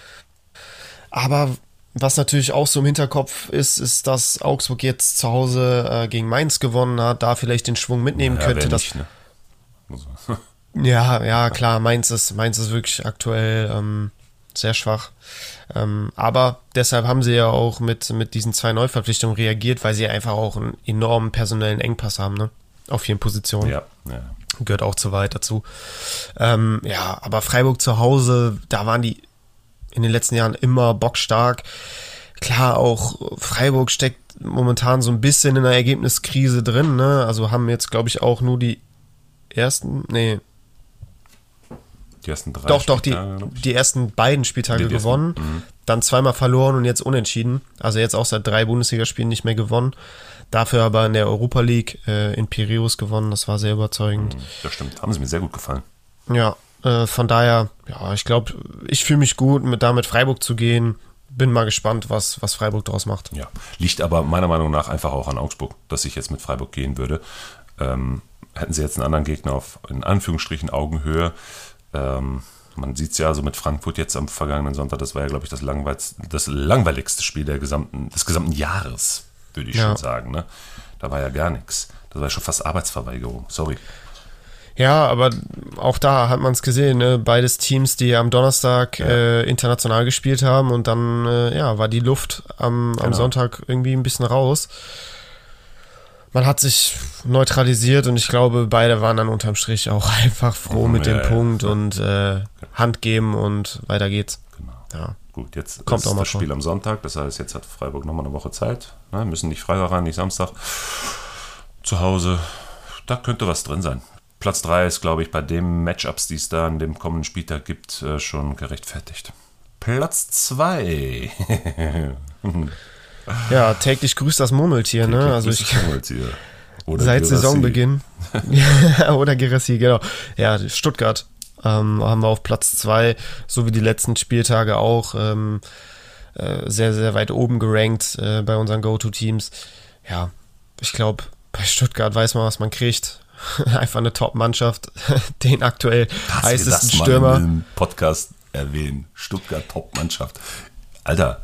Aber was natürlich auch so im Hinterkopf ist, ist, dass Augsburg jetzt zu Hause äh, gegen Mainz gewonnen hat, da vielleicht den Schwung mitnehmen Ja, könnte. wer Dass, nicht, ne? Also, ja, ja, klar, Mainz ist, Mainz ist wirklich aktuell ähm, sehr schwach. Ähm, aber deshalb haben sie ja auch mit, mit diesen zwei Neuverpflichtungen reagiert, weil sie einfach auch einen enormen personellen Engpass haben, ne? Auf vielen Positionen. ja, ja. Gehört auch zu weit dazu. Ähm, ja, aber Freiburg zu Hause, da waren die in den letzten Jahren immer bockstark. Klar, auch Freiburg steckt momentan so ein bisschen in einer Ergebniskrise drin, ne? Also haben jetzt, glaube ich, auch nur die ersten, nee, Die ersten drei doch, doch, die, Spieltage, glaub ich. die ersten beiden Spieltage Die- die ersten, gewonnen, mhm. dann zweimal verloren und jetzt unentschieden. Also jetzt auch seit drei Bundesligaspielen nicht mehr gewonnen. Dafür aber in der Europa League äh, in Piräus gewonnen, das war sehr überzeugend. Das stimmt, haben sie mir sehr gut gefallen. Ja, äh, von daher, ja, ich glaube, ich fühle mich gut, mit da mit Freiburg zu gehen. Bin mal gespannt, was, was Freiburg daraus macht. Ja, liegt aber meiner Meinung nach einfach auch an Augsburg, dass ich jetzt mit Freiburg gehen würde. Ähm, hätten sie jetzt einen anderen Gegner auf, in Anführungsstrichen, Augenhöhe. Ähm, man sieht es ja so mit Frankfurt jetzt am vergangenen Sonntag, das war ja, glaube ich, das, langweils, das langweiligste Spiel der gesamten, des gesamten Jahres, würde ich Ja. schon sagen. Ne? Da war ja gar nichts. Das war schon fast Arbeitsverweigerung, sorry. Ja, aber auch da hat man es gesehen, ne? Beides Teams, die am Donnerstag Ja. äh, international gespielt haben und dann äh, ja, war die Luft am, am Genau. Sonntag irgendwie ein bisschen raus. Man hat sich neutralisiert und ich glaube, beide waren dann unterm Strich auch einfach froh Mhm, mit dem ja, ja. Punkt und äh, Hand geben und weiter geht's. Genau. Ja. Gut, jetzt Kommt ist auch mal das Spiel vor. am Sonntag, das heißt, jetzt hat Freiburg nochmal eine Woche Zeit. Ne? Müssen nicht Freitag ran, nicht Samstag. Zu Hause, da könnte was drin sein. Platz drei ist, glaube ich, bei den Matchups, die es da an dem kommenden Spieltag gibt, äh, schon gerechtfertigt. Platz zwei. Ja, täglich grüßt das Murmeltier, täglich ne? Also grüßt ich, das Murmeltier. Oder seit Girassi. Saisonbeginn. Oder Girassi, genau. Ja, Stuttgart ähm, haben wir auf Platz zwei, so wie die letzten Spieltage auch, ähm, äh, sehr, sehr weit oben gerankt äh, bei unseren Go-To-Teams. Ja, ich glaube, bei Stuttgart weiß man, was man kriegt. Einfach eine Top-Mannschaft, den aktuell Dass heißesten wir das Stürmer. mal im Podcast erwähnen. Stuttgart Top-Mannschaft. Alter,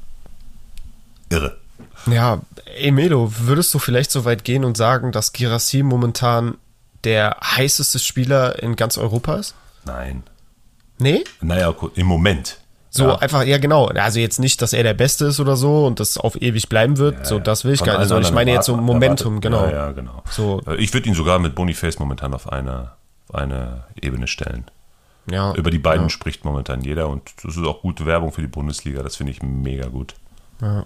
irre. Ja, Emelo, würdest du vielleicht so weit gehen und sagen, dass Girassi momentan der heißeste Spieler in ganz Europa ist? Nein. Nee? Naja, im Moment. So ja. einfach, ja genau. Also jetzt nicht, dass er der Beste ist oder so und das auf ewig bleiben wird. Ja, so, ja. das will ich Von gar nicht. allen Also ich meine jetzt so erwarten- Momentum, erwartet- genau. Ja, ja, genau. So, Ich würde ihn sogar mit Boniface momentan auf eine, auf eine Ebene stellen. ja. Über die beiden ja. spricht momentan jeder und das ist auch gute Werbung für die Bundesliga. Das finde ich mega gut. Ja.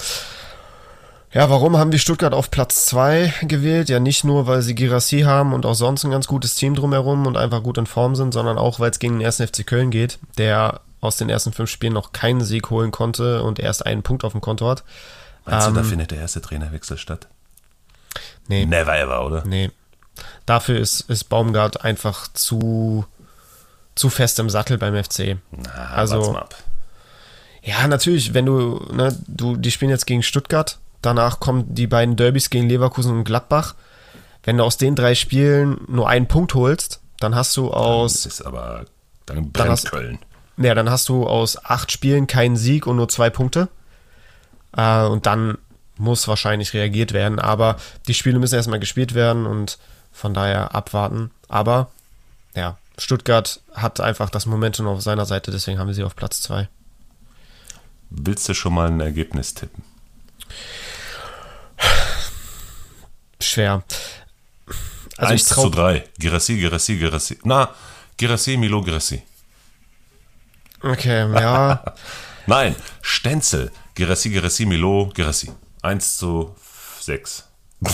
Ja, warum haben wir Stuttgart auf Platz zwei gewählt? Ja, nicht nur, weil sie Girassi haben und auch sonst ein ganz gutes Team drumherum und einfach gut in Form sind, sondern auch, weil es gegen den ersten F C Köln geht, der aus den ersten fünf Spielen noch keinen Sieg holen konnte und erst einen Punkt auf dem Konto hat. Meinst Ähm, du, da findet der erste Trainerwechsel statt? Nee, Never ever, oder? nee. Dafür ist, ist Baumgart einfach zu, zu fest im Sattel beim F C. Na, Also- wart's mal ab. Ja, natürlich, wenn du, ne, du, die spielen jetzt gegen Stuttgart, danach kommen die beiden Derbys gegen Leverkusen und Gladbach. Wenn du aus den drei Spielen nur einen Punkt holst, dann hast du Das aus, ist aber, dann Dann brennt hast- Köln. ja, dann hast du aus acht Spielen keinen Sieg und nur zwei Punkte. Äh, und dann muss wahrscheinlich reagiert werden, aber die Spiele müssen erstmal gespielt werden und von daher abwarten. Aber, ja, Stuttgart hat einfach das Momentum auf seiner Seite, deswegen haben wir sie auf Platz zwei. Willst du schon mal ein Ergebnis tippen? Schwer. Also eins ich trau, zu drei. Girassi, Girassi, Girassi. Na, Girassi, Milo, Girassi. Okay, ja. Nein, Stenzel. Girassi, Girassi, Milo, Girassi. eins zu sechs.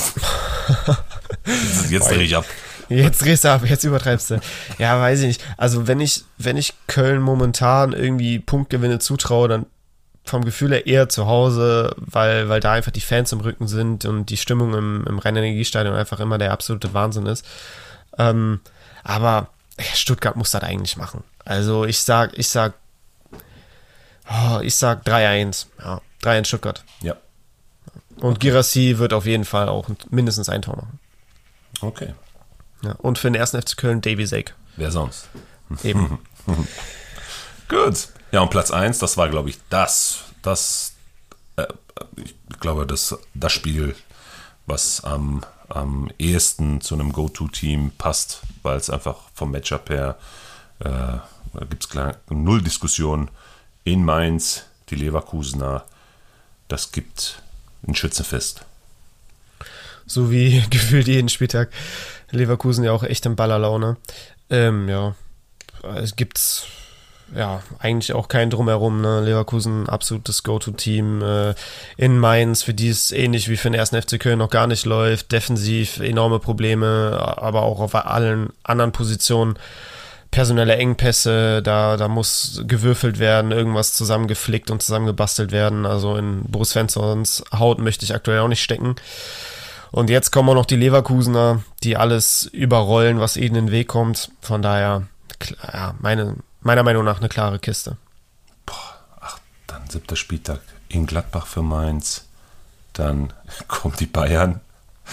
Jetzt drehe ich ab. Jetzt drehst du ab, jetzt übertreibst du. Ja, weiß ich nicht. Also wenn ich, wenn ich Köln momentan irgendwie Punktgewinne zutraue, dann vom Gefühl her eher zu Hause, weil, weil da einfach die Fans im Rücken sind und die Stimmung im, im Rhein-Energiestadion einfach immer der absolute Wahnsinn ist. Ähm, aber ja, Stuttgart muss das eigentlich machen. Also ich sag, ich sag, oh, ich sag drei eins. Ja, drei eins Stuttgart. Ja, Und Girassi wird auf jeden Fall auch mindestens ein Tor machen. okay. Ja, und für den ersten F C Köln Davy Sake. Wer sonst? Eben. Gut. Ja, und Platz eins, das war, glaube ich, das, das, äh, ich glaube, das, das Spiel, was am, am ehesten zu einem Go-To-Team passt, weil es einfach vom Matchup her, äh, da gibt es null Diskussion. In Mainz, die Leverkusener, das gibt ein Schützenfest. So wie gefühlt jeden Spieltag. Leverkusen ja auch echt in Ballerlaune. Ähm, ja, es gibt ja eigentlich auch kein Drumherum. Ne? Leverkusen, absolutes Go-To-Team. Äh, in Mainz, für die es ähnlich wie für den ersten F C Köln noch gar nicht läuft. Defensiv enorme Probleme, aber auch auf allen anderen Positionen. Personelle Engpässe, da, da muss gewürfelt werden, irgendwas zusammengeflickt und zusammengebastelt werden. Also in Boris Svenssons Haut möchte ich aktuell auch nicht stecken. Und jetzt kommen auch noch die Leverkusener, die alles überrollen, was ihnen in den Weg kommt. Von daher, ja, meine, meiner Meinung nach eine klare Kiste. Boah, ach, dann siebter Spieltag in Gladbach für Mainz. Dann kommen die Bayern.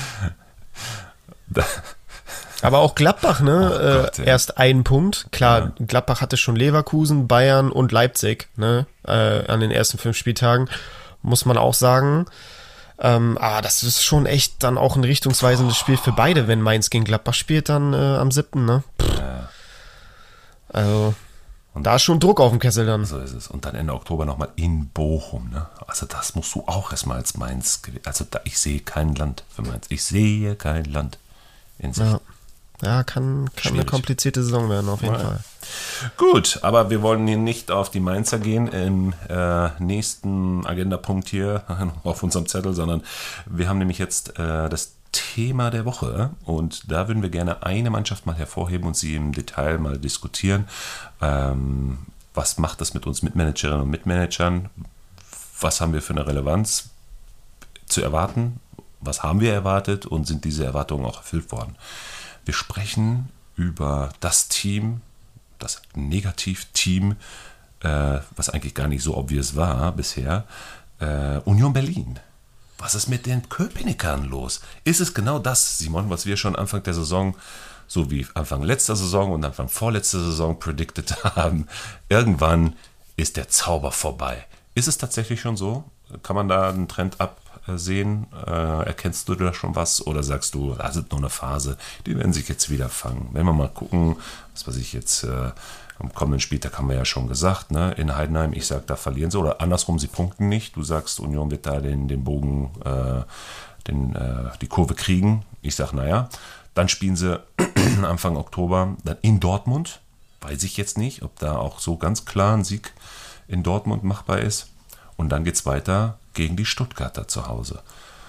Da, Aber auch Gladbach, ne? Oh Gott, äh, ja. erst ein Punkt. Klar, Ja. Gladbach hatte schon Leverkusen, Bayern und Leipzig, ne? Äh, an den ersten fünf Spieltagen, muss man auch sagen. Ähm, aber das ist schon echt dann auch ein richtungsweisendes Spiel für beide, wenn Mainz gegen Gladbach spielt, dann äh, am siebten ne? Ja. Also, und da ist schon Druck auf dem Kessel dann. So ist es. Und dann Ende Oktober nochmal in Bochum. Ne? Also das musst du auch erstmal als Mainz gewinnen. Also da, ich sehe kein Land für Mainz. Ich sehe kein Land in sich. Ja, ja kann, kann eine Schwierig. komplizierte Saison werden, auf jeden Ja. Fall. Gut, aber wir wollen hier nicht auf die Mainzer gehen im äh, nächsten Agendapunkt hier auf unserem Zettel, sondern wir haben nämlich jetzt äh, das Thema der Woche und da würden wir gerne eine Mannschaft mal hervorheben und sie im Detail mal diskutieren. Ähm, was macht das mit uns Mitmanagerinnen und Mitmanagern? Was haben wir für eine Relevanz zu erwarten? Was haben wir erwartet und sind diese Erwartungen auch erfüllt worden? Wir sprechen über das Team, das Negativteam, äh, was eigentlich gar nicht so obvious war bisher, äh, Union Berlin. Was ist mit den Köpenickern los? Ist es genau das, Simon, was wir schon Anfang der Saison, so wie Anfang letzter Saison und Anfang vorletzter Saison predicted haben? Irgendwann ist der Zauber vorbei. Ist es tatsächlich schon so? Kann man da einen Trend absehen? Äh, erkennst du da schon was? Oder sagst du, das ist nur eine Phase, die werden sich jetzt wieder fangen? Wenn wir mal gucken, was weiß ich jetzt... Äh, Am kommenden Spieltag haben wir ja schon gesagt, ne, in Heidenheim, ich sage, da verlieren sie. Oder andersrum, sie punkten nicht. Du sagst, Union wird da den, den Bogen, äh, den, äh, die Kurve kriegen. Ich sage, naja. Dann spielen sie Anfang Oktober dann in Dortmund. Weiß ich jetzt nicht, ob da auch so ganz klar ein Sieg in Dortmund machbar ist. Und dann geht es weiter gegen die Stuttgarter zu Hause.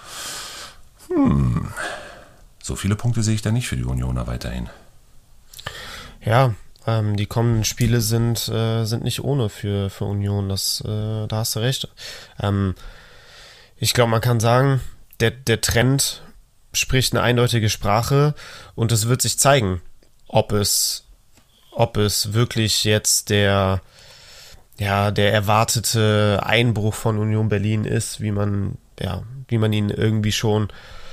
Hm. So viele Punkte sehe ich da nicht für die Unioner weiterhin. Ja, die kommenden Spiele sind, äh, sind nicht ohne für, für Union, das, äh, da hast du recht. Ähm, ich glaube, man kann sagen, der, der Trend spricht eine eindeutige Sprache und es wird sich zeigen, ob es, ob es wirklich jetzt der, ja, der erwartete Einbruch von Union Berlin ist, wie man, ja, wie man ihn irgendwie schon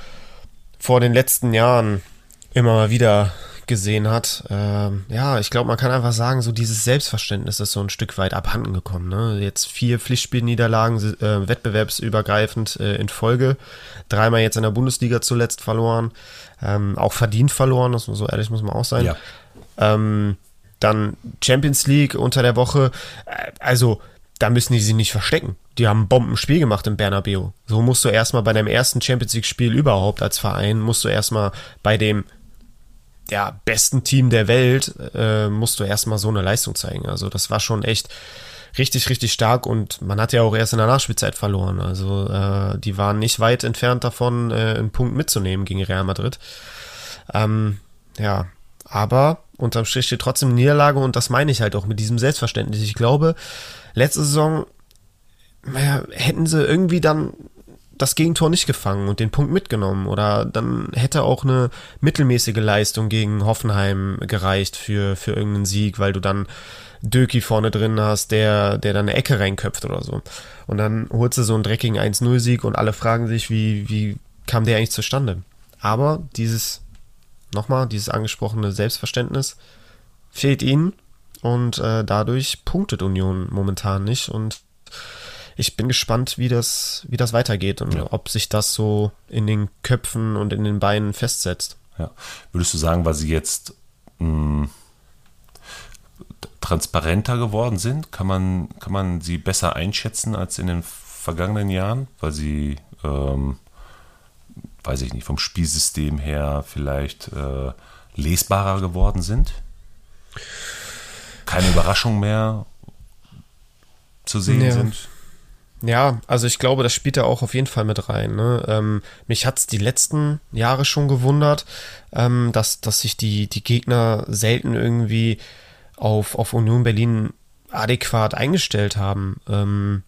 vor den letzten Jahren immer mal wieder gesehen hat. Ähm, ja, ich glaube, man kann einfach sagen, so dieses Selbstverständnis ist so ein Stück weit abhanden gekommen. Ne? Jetzt vier Pflichtspielniederlagen, äh, wettbewerbsübergreifend äh, in Folge. Dreimal jetzt in der Bundesliga zuletzt verloren. Ähm, auch verdient verloren, das so ehrlich muss man auch sein. Ja. Ähm, dann Champions League unter der Woche. Äh, also, da müssen die sich nicht verstecken. Die haben ein Bombenspiel gemacht im Bernabeu. So musst du erstmal bei deinem ersten Champions League-Spiel überhaupt als Verein, musst du erstmal bei dem ja, besten Team der Welt, äh, musst du erstmal so eine Leistung zeigen. Also das war schon echt richtig, richtig stark und man hat ja auch erst in der Nachspielzeit verloren. Also äh, die waren nicht weit entfernt davon, äh, einen Punkt mitzunehmen gegen Real Madrid. Ähm, ja, aber unterm Strich steht trotzdem Niederlage und das meine ich halt auch mit diesem Selbstverständnis. Ich glaube, letzte Saison naja, hätten sie irgendwie dann das Gegentor nicht gefangen und den Punkt mitgenommen oder dann hätte auch eine mittelmäßige Leistung gegen Hoffenheim gereicht für, für irgendeinen Sieg, weil du dann Döki vorne drin hast, der, der dann eine Ecke reinköpft oder so. Und dann holst du so einen dreckigen eins null Sieg und alle fragen sich, wie, wie kam der eigentlich zustande? Aber dieses, nochmal, dieses angesprochene Selbstverständnis fehlt ihnen und äh, dadurch punktet Union momentan nicht und ich bin gespannt, wie das, wie das weitergeht und ja. ob sich das so in den Köpfen und in den Beinen festsetzt. Ja. Würdest du sagen, weil sie jetzt mh, transparenter geworden sind, kann man, kann man sie besser einschätzen als in den vergangenen Jahren, weil sie, ähm, weiß ich nicht, vom Spielsystem her vielleicht äh, lesbarer geworden sind? Keine Überraschung mehr zu sehen ja. sind? Ja, also ich glaube, das spielt da auch auf jeden Fall mit rein. Ne? Ähm, mich hat es die letzten Jahre schon gewundert, ähm, dass, dass sich die, die Gegner selten irgendwie auf, auf Union Berlin adäquat eingestellt haben. Ähm,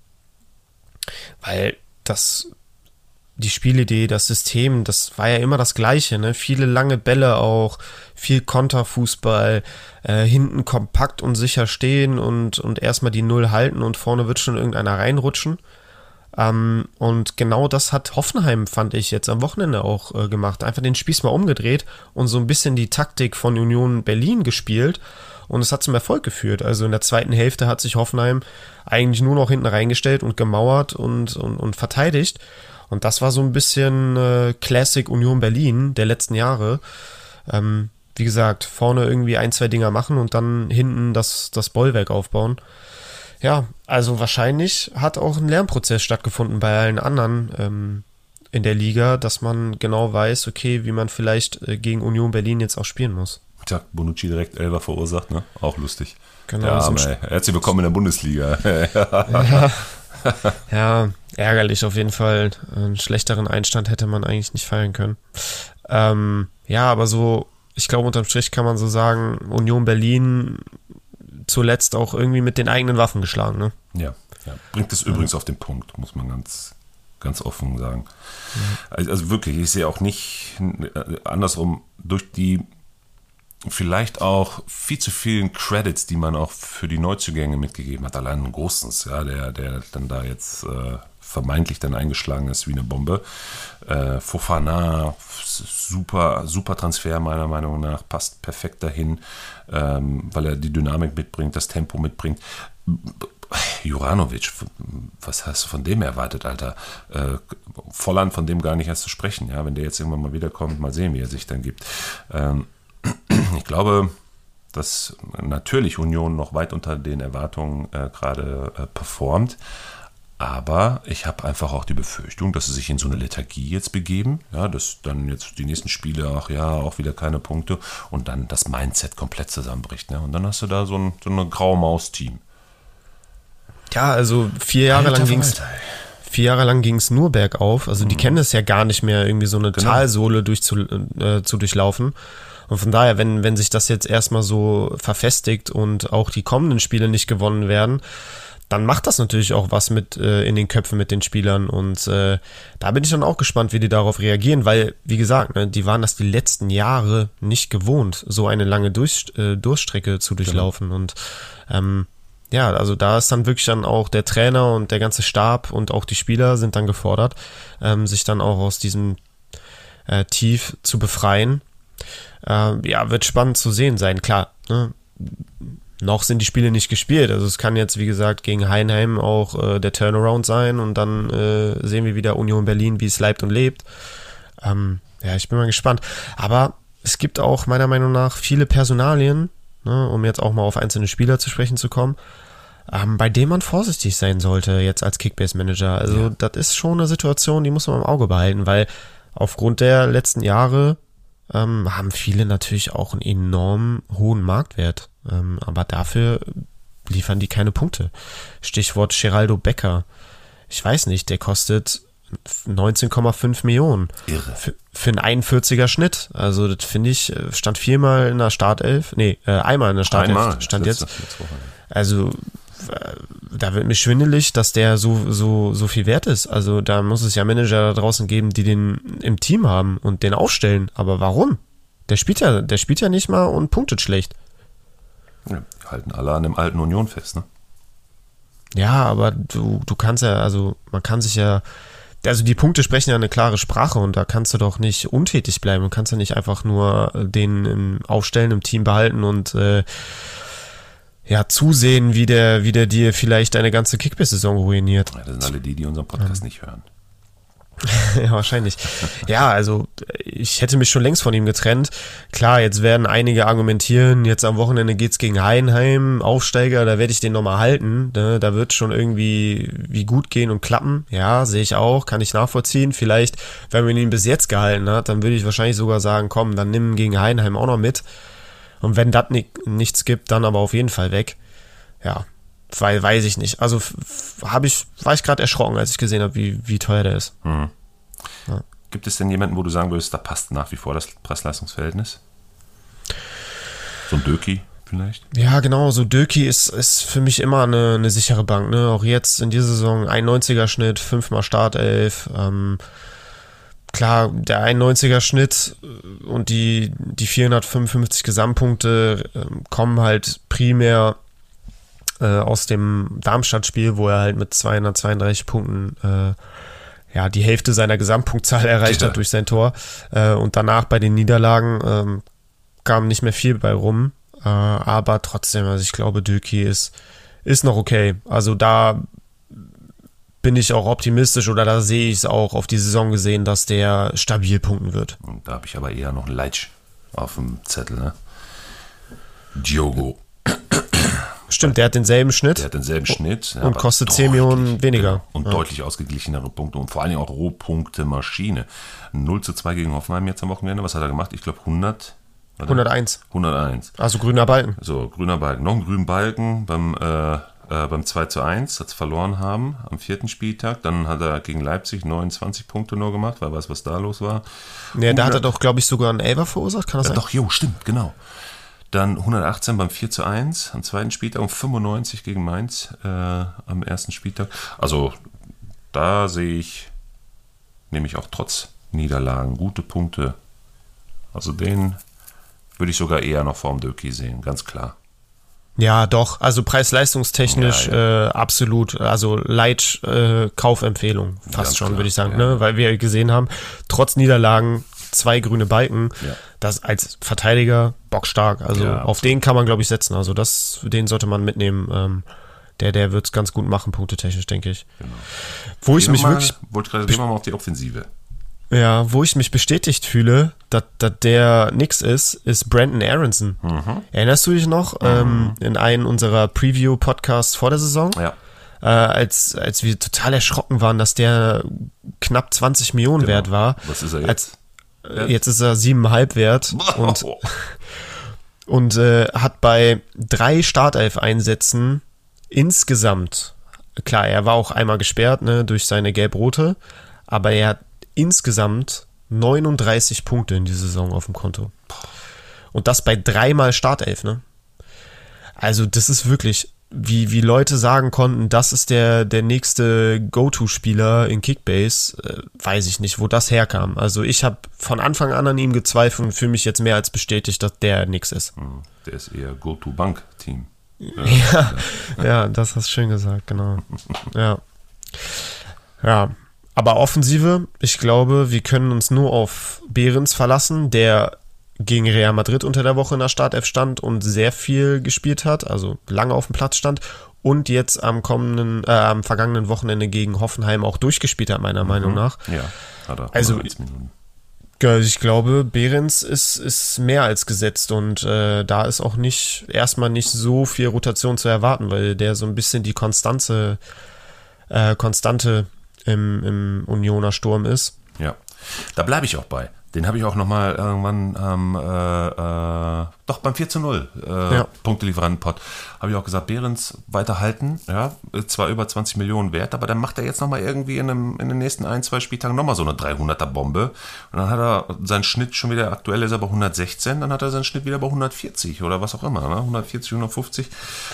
weil das, die Spielidee, das System, das war ja immer das Gleiche. Ne? Viele lange Bälle auch, viel Konterfußball, äh, hinten kompakt und sicher stehen und, und erstmal die Null halten und vorne wird schon irgendeiner reinrutschen. Ähm, und genau das hat Hoffenheim, fand ich, jetzt am Wochenende auch äh, gemacht. Einfach den Spieß mal umgedreht und so ein bisschen die Taktik von Union Berlin gespielt und es hat zum Erfolg geführt. Also in der zweiten Hälfte hat sich Hoffenheim eigentlich nur noch hinten reingestellt und gemauert und, und, und verteidigt. Und das war so ein bisschen äh, Classic Union Berlin der letzten Jahre. Ähm, wie gesagt, vorne irgendwie ein, zwei Dinger machen und dann hinten das, das Bollwerk aufbauen. Ja, also wahrscheinlich hat auch ein Lernprozess stattgefunden bei allen anderen ähm, in der Liga, dass man genau weiß, okay, wie man vielleicht äh, gegen Union Berlin jetzt auch spielen muss. Tja, Bonucci direkt Elfer verursacht, ne? Auch lustig. Genau. Ja, so aber herzlich willkommen in der Bundesliga. ja. Ja, ärgerlich auf jeden Fall. Einen schlechteren Einstand hätte man eigentlich nicht feiern können. Ähm, ja, aber so, ich glaube, unterm Strich kann man so sagen, Union Berlin zuletzt auch irgendwie mit den eigenen Waffen geschlagen, ne? Ja, ja. Bringt es übrigens auf den Punkt, muss man ganz, ganz offen sagen. Mhm. Also wirklich, ich sehe auch nicht andersrum, durch die vielleicht auch viel zu vielen Credits, die man auch für die Neuzugänge mitgegeben hat, allein Gostens, ja, der, der dann da jetzt äh, vermeintlich dann eingeschlagen ist wie eine Bombe. Äh, Fofana, super, super Transfer meiner Meinung nach, passt perfekt dahin, ähm, weil er die Dynamik mitbringt, das Tempo mitbringt. Juranovic, was hast du von dem erwartet, Alter? Äh, Volland, von dem gar nicht erst zu sprechen, ja, wenn der jetzt irgendwann mal wiederkommt, mal sehen, wie er sich dann gibt. Ähm, ich glaube, dass natürlich Union noch weit unter den Erwartungen äh, gerade äh, performt, aber ich habe einfach auch die Befürchtung, dass sie sich in so eine Lethargie jetzt begeben, ja, dass dann jetzt die nächsten Spiele, ach ja, auch wieder keine Punkte und dann das Mindset komplett zusammenbricht, ne? Und dann hast du da so ein, so eine graue Maus-Team. Ja, also vier Jahre Alter, lang ging's vier Jahre lang ging's nur bergauf, also die mhm. kennen es ja gar nicht mehr, irgendwie so eine genau. Talsohle durch zu, äh, zu durchlaufen. Und von daher, wenn, wenn sich das jetzt erstmal so verfestigt und auch die kommenden Spiele nicht gewonnen werden, dann macht das natürlich auch was mit äh, in den Köpfen mit den Spielern. Und äh, da bin ich dann auch gespannt, wie die darauf reagieren, weil, wie gesagt, ne, die waren das die letzten Jahre nicht gewohnt, so eine lange Durch, äh, Durchstrecke zu durchlaufen. Genau. Und ähm, ja, also da ist dann wirklich dann auch der Trainer und der ganze Stab und auch die Spieler sind dann gefordert, ähm, sich dann auch aus diesem äh, Tief zu befreien. Äh, ja, wird spannend zu sehen sein, klar. Ne? Noch sind die Spiele nicht gespielt, also es kann jetzt, wie gesagt, gegen Heidenheim auch äh, der Turnaround sein und dann äh, sehen wir wieder Union Berlin, wie es leibt und lebt. Ähm, ja, ich bin mal gespannt. Aber es gibt auch meiner Meinung nach viele Personalien, ne, um jetzt auch mal auf einzelne Spieler zu sprechen zu kommen, ähm, bei denen man vorsichtig sein sollte jetzt als Kickbase-Manager. Also ja. Das ist schon eine Situation, die muss man im Auge behalten, weil aufgrund der letzten Jahre ähm, haben viele natürlich auch einen enorm hohen Marktwert. Ähm, aber dafür liefern die keine Punkte. Stichwort Geraldo Becker. Ich weiß nicht, der kostet neunzehn Komma fünf Millionen. Irre. Für, für einen einundvierziger Schnitt. Also das finde ich, stand viermal in der Startelf. Nee, äh, einmal in der Startelf. Einmal, stand jetzt. Also äh, da wird mir schwindelig, dass der so, so, so viel wert ist. Also da muss es ja Manager da draußen geben, die den im Team haben und den aufstellen. Aber warum? Der spielt ja, der spielt ja nicht mal und punktet schlecht. Ja, die halten alle an dem alten Union fest, ne? Ja, aber du, du kannst ja, also man kann sich ja, also die Punkte sprechen ja eine klare Sprache und da kannst du doch nicht untätig bleiben. Du kannst ja nicht einfach nur den im Aufstellen im Team behalten und äh, ja, zusehen, wie der, wie der dir vielleicht deine ganze Kickbase-Saison ruiniert. Ja, das sind alle die, die unseren Podcast ja. nicht hören. Ja, wahrscheinlich. Ja, also ich hätte mich schon längst von ihm getrennt. Klar, jetzt werden einige argumentieren, jetzt am Wochenende geht's gegen Heidenheim, Aufsteiger, da werde ich den nochmal halten. Ne? Da wird schon irgendwie wie gut gehen und klappen. Ja, sehe ich auch, kann ich nachvollziehen. Vielleicht, wenn man ihn bis jetzt gehalten hat, dann würde ich wahrscheinlich sogar sagen, komm, dann nimm ihn gegen Heidenheim auch noch mit. Und wenn das ni- nichts gibt, dann aber auf jeden Fall weg. Ja, weil weiß ich nicht. Also habe ich, war ich gerade erschrocken, als ich gesehen habe, wie, wie teuer der ist. Mhm. Ja. Gibt es denn jemanden, wo du sagen würdest, da passt nach wie vor das Preis-Leistungs-Verhältnis? So ein Döki vielleicht? Ja, genau, so Döki ist, ist für mich immer eine, eine sichere Bank. Ne? Auch jetzt in dieser Saison einundneunziger Schnitt, fünfmal Startelf. Ähm, klar, der einundneunziger Schnitt und die, die vierhundertfünfundfünfzig Gesamtpunkte äh, kommen halt primär aus dem Darmstadt-Spiel, wo er halt mit zweihundertzweiunddreißig Punkten äh, ja die Hälfte seiner Gesamtpunktzahl erreicht hat durch sein Tor. Äh, und danach bei den Niederlagen ähm, kam nicht mehr viel bei rum. Äh, aber trotzdem, also ich glaube, Döki ist, ist noch okay. Also da bin ich auch optimistisch oder da sehe ich es auch auf die Saison gesehen, dass der stabil punkten wird. Und da habe ich aber eher noch einen Leitsch auf dem Zettel, ne? Diogo. Stimmt, der hat denselben Schnitt. Der hat denselben Schnitt. Und kostet zehn Millionen weniger. Genau, und ja. deutlich ausgeglichenere Punkte und vor allem auch Rohpunkte-Maschine. null zu zwei gegen Hoffenheim jetzt am Wochenende. Was hat er gemacht? Ich glaube hundert. hunderteins. hunderteins. Also grüner Balken. So, grüner Balken. Noch einen grünen Balken beim äh, äh, beim zwei zu eins, als verloren haben am vierten Spieltag. Dann hat er gegen Leipzig neunundzwanzig Punkte nur gemacht, weil weiß, was da los war. Ja, da hat er doch, glaube ich, sogar einen Elfer verursacht, kann das ja, sein? Doch, jo, stimmt, genau. Dann hundertachtzehn beim vier zu eins am zweiten Spieltag und fünfundneunzig gegen Mainz äh, am ersten Spieltag. Also da sehe ich, nehme ich auch trotz Niederlagen gute Punkte. Also den würde ich sogar eher noch vorm Döki sehen, ganz klar. Ja, doch. Also preis-leistungstechnisch ja, ja. Äh, absolut. Also Leit äh, Kaufempfehlung fast Ganz schon, klar, würde ich sagen. ja. Ne? Weil wir gesehen haben, trotz Niederlagen zwei grüne Balken, Ja. das als Verteidiger bockstark. Also Ja, auf den kann man, glaube ich, setzen. Also das, den sollte man mitnehmen. Ähm, der der wird es ganz gut machen, punktetechnisch, denke ich. Genau. Wo ich Gehen mich wir mal, wirklich... wollte gerade, gehen wir mal auf die Offensive. Ja, wo ich mich bestätigt fühle, dass, dass der nix ist, ist Brandon Aronson. Mhm. Erinnerst du dich noch mhm. ähm, in einem unserer Preview-Podcasts vor der Saison? Ja. Äh, als, als wir total erschrocken waren, dass der knapp zwanzig Millionen Genau. wert war. Was ist er jetzt? Als, äh, jetzt ist er siebeneinhalb wert und, und äh, hat bei drei Startelf-Einsätzen insgesamt, klar, er war auch einmal gesperrt, ne, durch seine Gelb-Rote, aber er hat insgesamt neununddreißig Punkte in dieser Saison auf dem Konto. Und das bei dreimal Startelf, ne? Also das ist wirklich, wie, wie Leute sagen konnten, das ist der, der nächste Go-To-Spieler in Kickbase, äh, weiß ich nicht, wo das herkam. Also ich habe von Anfang an an ihm gezweifelt und fühle mich jetzt mehr als bestätigt, dass der nix ist. Der ist eher Go-To-Bank-Team. Ja, ja, ja, das hast du schön gesagt, genau. Ja. Ja. Aber Offensive, ich glaube, wir können uns nur auf Behrens verlassen, der gegen Real Madrid unter der Woche in der Startelf stand und sehr viel gespielt hat, also lange auf dem Platz stand und jetzt am kommenden, äh, am vergangenen Wochenende gegen Hoffenheim auch durchgespielt hat, meiner mhm. Meinung nach. Ja, hat er. Also ich glaube, Behrens ist, ist mehr als gesetzt und äh, da ist auch nicht erstmal nicht so viel Rotation zu erwarten, weil der so ein bisschen die Konstanze, äh, Konstante im, im Unioner Sturm ist. Ja, da bleibe ich auch bei. Den habe ich auch nochmal irgendwann ähm, äh, äh, doch beim vier zu null äh, ja. Punktelieferanten-Pod habe ich auch gesagt, Behrens weiterhalten, ja, zwar über zwanzig Millionen wert, aber dann macht er jetzt nochmal irgendwie in, einem, in den nächsten ein, zwei Spieltagen nochmal so eine dreihunderter Bombe und dann hat er seinen Schnitt schon wieder, aktuell ist er bei hundertsechzehn, dann hat er seinen Schnitt wieder bei hundertvierzig oder was auch immer, ne? hundertvierzig, hundertfünfzig.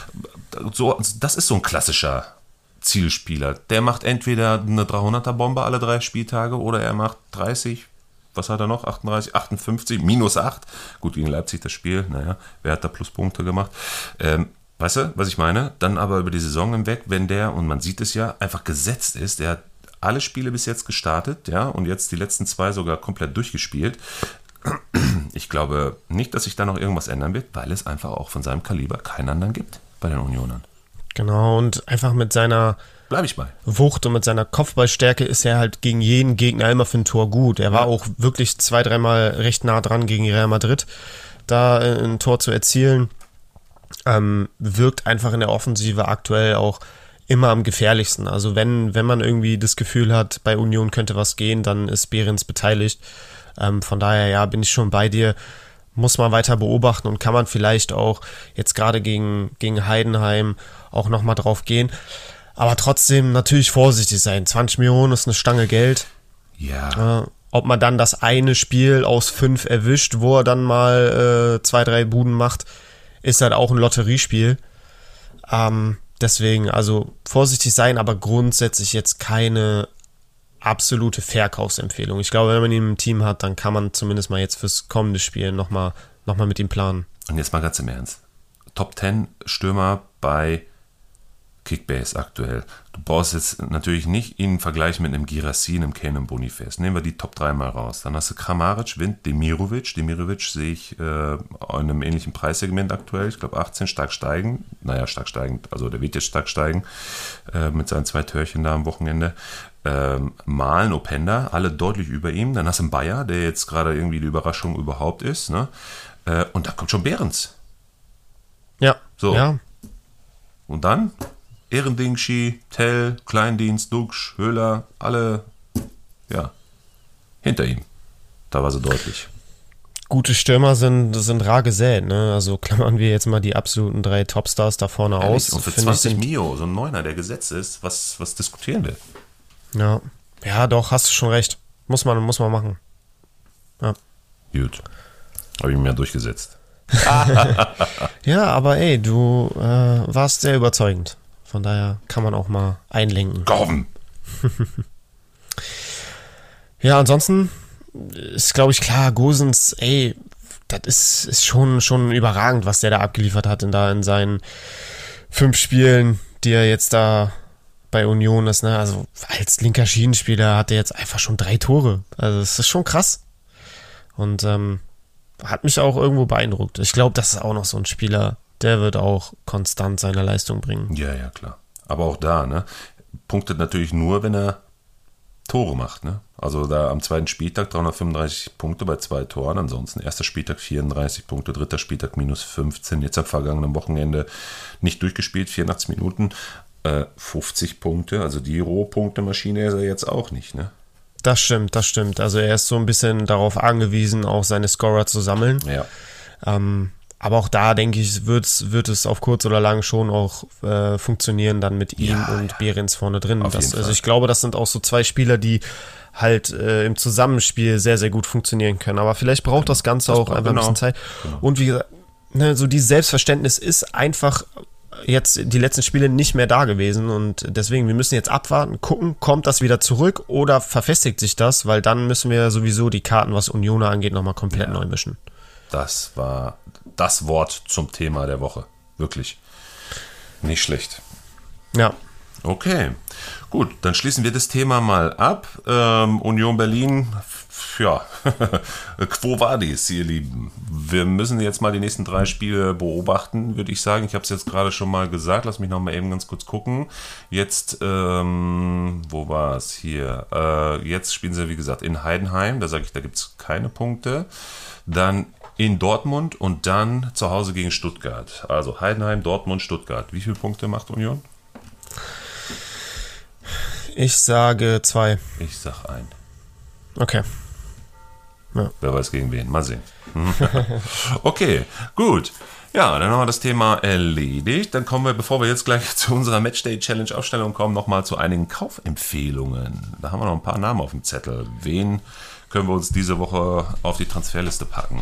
So, das ist so ein klassischer Zielspieler. Der macht entweder eine dreihunderter Bombe alle drei Spieltage oder er macht dreißig, was hat er noch? achtunddreißig, achtundfünfzig, minus acht. Gut, gegen Leipzig das Spiel, naja, wer hat da Pluspunkte gemacht? Ähm, weißt du, was ich meine? Dann aber über die Saison hinweg, wenn der, und man sieht es ja, einfach gesetzt ist, der hat alle Spiele bis jetzt gestartet, ja, und jetzt die letzten zwei sogar komplett durchgespielt. Ich glaube nicht, dass sich da noch irgendwas ändern wird, weil es einfach auch von seinem Kaliber keinen anderen gibt bei den Unionern. Genau, und einfach mit seiner Bleib ich bei. Wucht und mit seiner Kopfballstärke ist er halt gegen jeden Gegner immer für ein Tor gut. Er war ja. auch wirklich zwei, dreimal recht nah dran gegen Real Madrid, da ein Tor zu erzielen. Ähm, wirkt einfach in der Offensive aktuell auch immer am gefährlichsten. Also wenn, wenn man irgendwie das Gefühl hat, bei Union könnte was gehen, dann ist Behrens beteiligt. Ähm, von daher, ja, bin ich schon bei dir. Muss man weiter beobachten und kann man vielleicht auch jetzt gerade gegen, gegen Heidenheim auch nochmal drauf gehen. Aber trotzdem natürlich vorsichtig sein. zwanzig Millionen ist eine Stange Geld. Ja. Äh, ob man dann das eine Spiel aus fünf erwischt, wo er dann mal äh, zwei, drei Buden macht, ist halt auch ein Lotteriespiel. Ähm, deswegen, also vorsichtig sein, aber grundsätzlich jetzt keine absolute Verkaufsempfehlung. Ich glaube, wenn man ihn im Team hat, dann kann man zumindest mal jetzt fürs kommende Spiel nochmal noch mal mit ihm planen. Und jetzt mal ganz im Ernst. Top zehn Stürmer bei Kickbase aktuell. Du brauchst jetzt natürlich nicht ihn vergleichen mit einem Girassi, einem Kane, einem Boniface. Nehmen wir die Top drei mal raus. Dann hast du Kramaric, Wind, Demirovic. Demirovic sehe ich äh, in einem ähnlichen Preissegment aktuell. Ich glaube achtzehn, stark steigend. Naja, stark steigend. Also der wird jetzt stark steigen äh, mit seinen zwei Törchen da am Wochenende. Ähm, Malen, Openda, alle deutlich über ihm. Dann hast du einen Bayer, der jetzt gerade irgendwie die Überraschung überhaupt ist. Ne? Äh, und da kommt schon Behrens. Ja, so. Ja. Und dann Ehrendingschi, Tell, Kleindienst, Duxch, Höhler, alle, ja, hinter ihm. Da war sie deutlich. gute Stürmer sind, sind rar gesät, ne? Also klammern wir jetzt mal die absoluten drei Topstars da vorne Ehrlich? aus. Und für Finde ich, zwanzig sind- Mio, so ein Neuner, der gesetzt ist, was, was diskutieren wir? Ja. Ja, doch, hast du schon recht. Muss man, muss man machen. Ja. Gut. Habe ich mir ja durchgesetzt. Ja, aber ey, du äh, warst sehr überzeugend. Von daher kann man auch mal einlenken. Komm! Ja, ansonsten ist, glaube ich, klar, Gosens, ey, das ist, ist schon, schon überragend, was der da abgeliefert hat in, da in seinen fünf Spielen, die er jetzt da bei Union ist. Ne? Also als linker Schienenspieler hat er jetzt einfach schon drei Tore. Also das ist schon krass. Und ähm, hat mich auch irgendwo beeindruckt. Ich glaube, das ist auch noch so ein Spieler, der wird auch konstant seine Leistung bringen. Ja, ja, klar. Aber auch da, ne? Punktet natürlich nur, wenn er Tore macht, ne? Also da am zweiten Spieltag dreihundertfünfunddreißig Punkte bei zwei Toren, ansonsten erster Spieltag vierunddreißig Punkte, dritter Spieltag minus fünfzehn, jetzt am vergangenen Wochenende nicht durchgespielt, vierundachtzig Minuten, äh, fünfzig Punkte, also die Rohpunkte-Maschine ist er jetzt auch nicht, ne? Das stimmt, das stimmt. Also er ist so ein bisschen darauf angewiesen, auch seine Scorer zu sammeln. Ja. Ähm, aber auch da, denke ich, wird's, wird es auf kurz oder lang schon auch äh, funktionieren, dann mit ihm Ja, und ja. Behrens vorne drin. Auf Das, jeden also Fall. ich glaube, das sind auch so zwei Spieler, die halt äh, im Zusammenspiel sehr, sehr gut funktionieren können. Aber vielleicht braucht das Ganze Das auch braucht- einfach ein genau. bisschen Zeit. Genau. Und wie gesagt, ne, so dieses Selbstverständnis ist einfach jetzt die letzten Spiele nicht mehr da gewesen und deswegen, wir müssen jetzt abwarten, gucken, kommt das wieder zurück oder verfestigt sich das, weil dann müssen wir sowieso die Karten, was Unioner angeht, nochmal komplett neu mischen. Das war das Wort zum Thema der Woche. Wirklich. Nicht schlecht. Ja, Okay, gut, dann schließen wir das Thema mal ab. Ähm, Union Berlin, f- ja, quo vadis, ihr Lieben? Wir müssen jetzt mal die nächsten drei Spiele beobachten, würde ich sagen. Ich habe es jetzt gerade schon mal gesagt, lass mich noch mal eben ganz kurz gucken. Jetzt, ähm, wo war es hier? Äh, jetzt spielen sie, wie gesagt, in Heidenheim, da sage ich, da gibt es keine Punkte. Dann in Dortmund und dann zu Hause gegen Stuttgart. Also Heidenheim, Dortmund, Stuttgart. Wie viele Punkte macht Union? ich sage zwei. Ich sag ein. Okay. Wer weiß gegen wen. Mal sehen. Okay, gut. Ja, dann haben wir das Thema erledigt. Dann kommen wir, bevor wir jetzt gleich zu unserer Matchday-Challenge-Aufstellung kommen, nochmal zu einigen Kaufempfehlungen. Da haben wir noch ein paar Namen auf dem Zettel. Wen können wir uns diese Woche auf die Transferliste packen?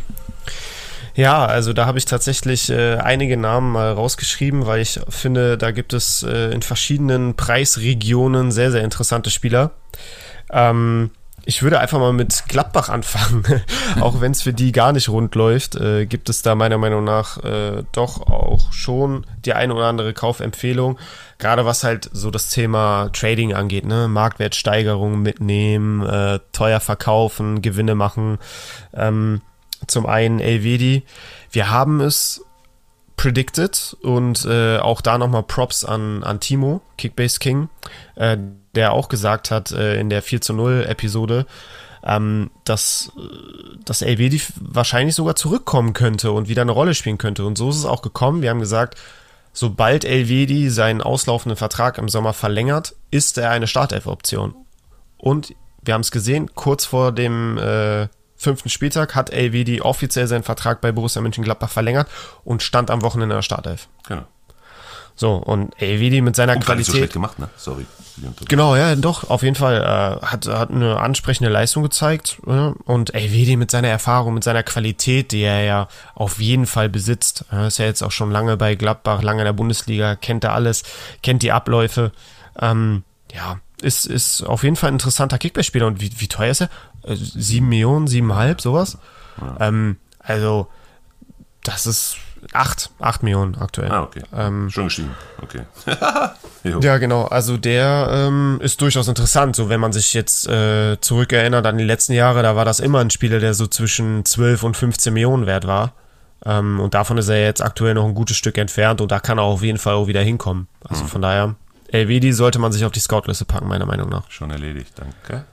Ja, also da habe ich tatsächlich äh, einige Namen mal rausgeschrieben, weil ich finde, da gibt es äh, in verschiedenen Preisregionen sehr, sehr interessante Spieler. Ähm, ich würde einfach mal mit Gladbach anfangen. Auch wenn es für die gar nicht rund läuft, äh, gibt es da meiner Meinung nach äh, doch auch schon die eine oder andere Kaufempfehlung. Gerade was halt so das Thema Trading angeht, ne? Marktwertsteigerung mitnehmen, äh, teuer verkaufen, Gewinne machen. Ähm, Zum einen Elvedi. Wir haben es predicted und äh, auch da nochmal Props an, an Timo, Kickbase King, äh, der auch gesagt hat äh, in der vier zu null Episode, ähm, dass, dass Elvedi wahrscheinlich sogar zurückkommen könnte und wieder eine Rolle spielen könnte. Und so ist es auch gekommen. Wir haben gesagt, sobald Elvedi seinen auslaufenden Vertrag im Sommer verlängert, ist er eine Startelf-Option. Und wir haben es gesehen, kurz vor dem äh, fünften Spieltag hat Elvedi offiziell seinen Vertrag bei Borussia Mönchengladbach verlängert und stand am Wochenende in der Startelf. Genau. So, und Elvedi mit seiner Und gar nicht so schlecht Qualität... gemacht, ne? Sorry. Genau, ja, doch, auf jeden Fall. Äh, hat, hat eine ansprechende Leistung gezeigt. Äh, und Elvedi mit seiner Erfahrung, mit seiner Qualität, die er ja auf jeden Fall besitzt. Er ist ja jetzt auch schon lange bei Gladbach, lange in der Bundesliga, kennt da alles, kennt die Abläufe. Ähm, ja, ist, ist auf jeden Fall ein interessanter Kickbase-Spieler. Und wie, wie teuer ist er? Äh, sieben Millionen, siebeneinhalb, sowas? Ja. Ähm, also, das ist acht, acht Millionen aktuell. Ah, okay. Ähm, Schon gestiegen. Okay. Jo. Ja, genau. Also der ähm, ist durchaus interessant. So, wenn man sich jetzt äh, zurückerinnert an die letzten Jahre, da war das immer ein Spieler, der so zwischen zwölf und fünfzehn Millionen wert war. Ähm, und davon ist er jetzt aktuell noch ein gutes Stück entfernt und da kann er auf jeden Fall auch wieder hinkommen. Also von daher, Elvedi sollte man sich auf die Scoutliste packen, meiner Meinung nach. Schon erledigt, danke.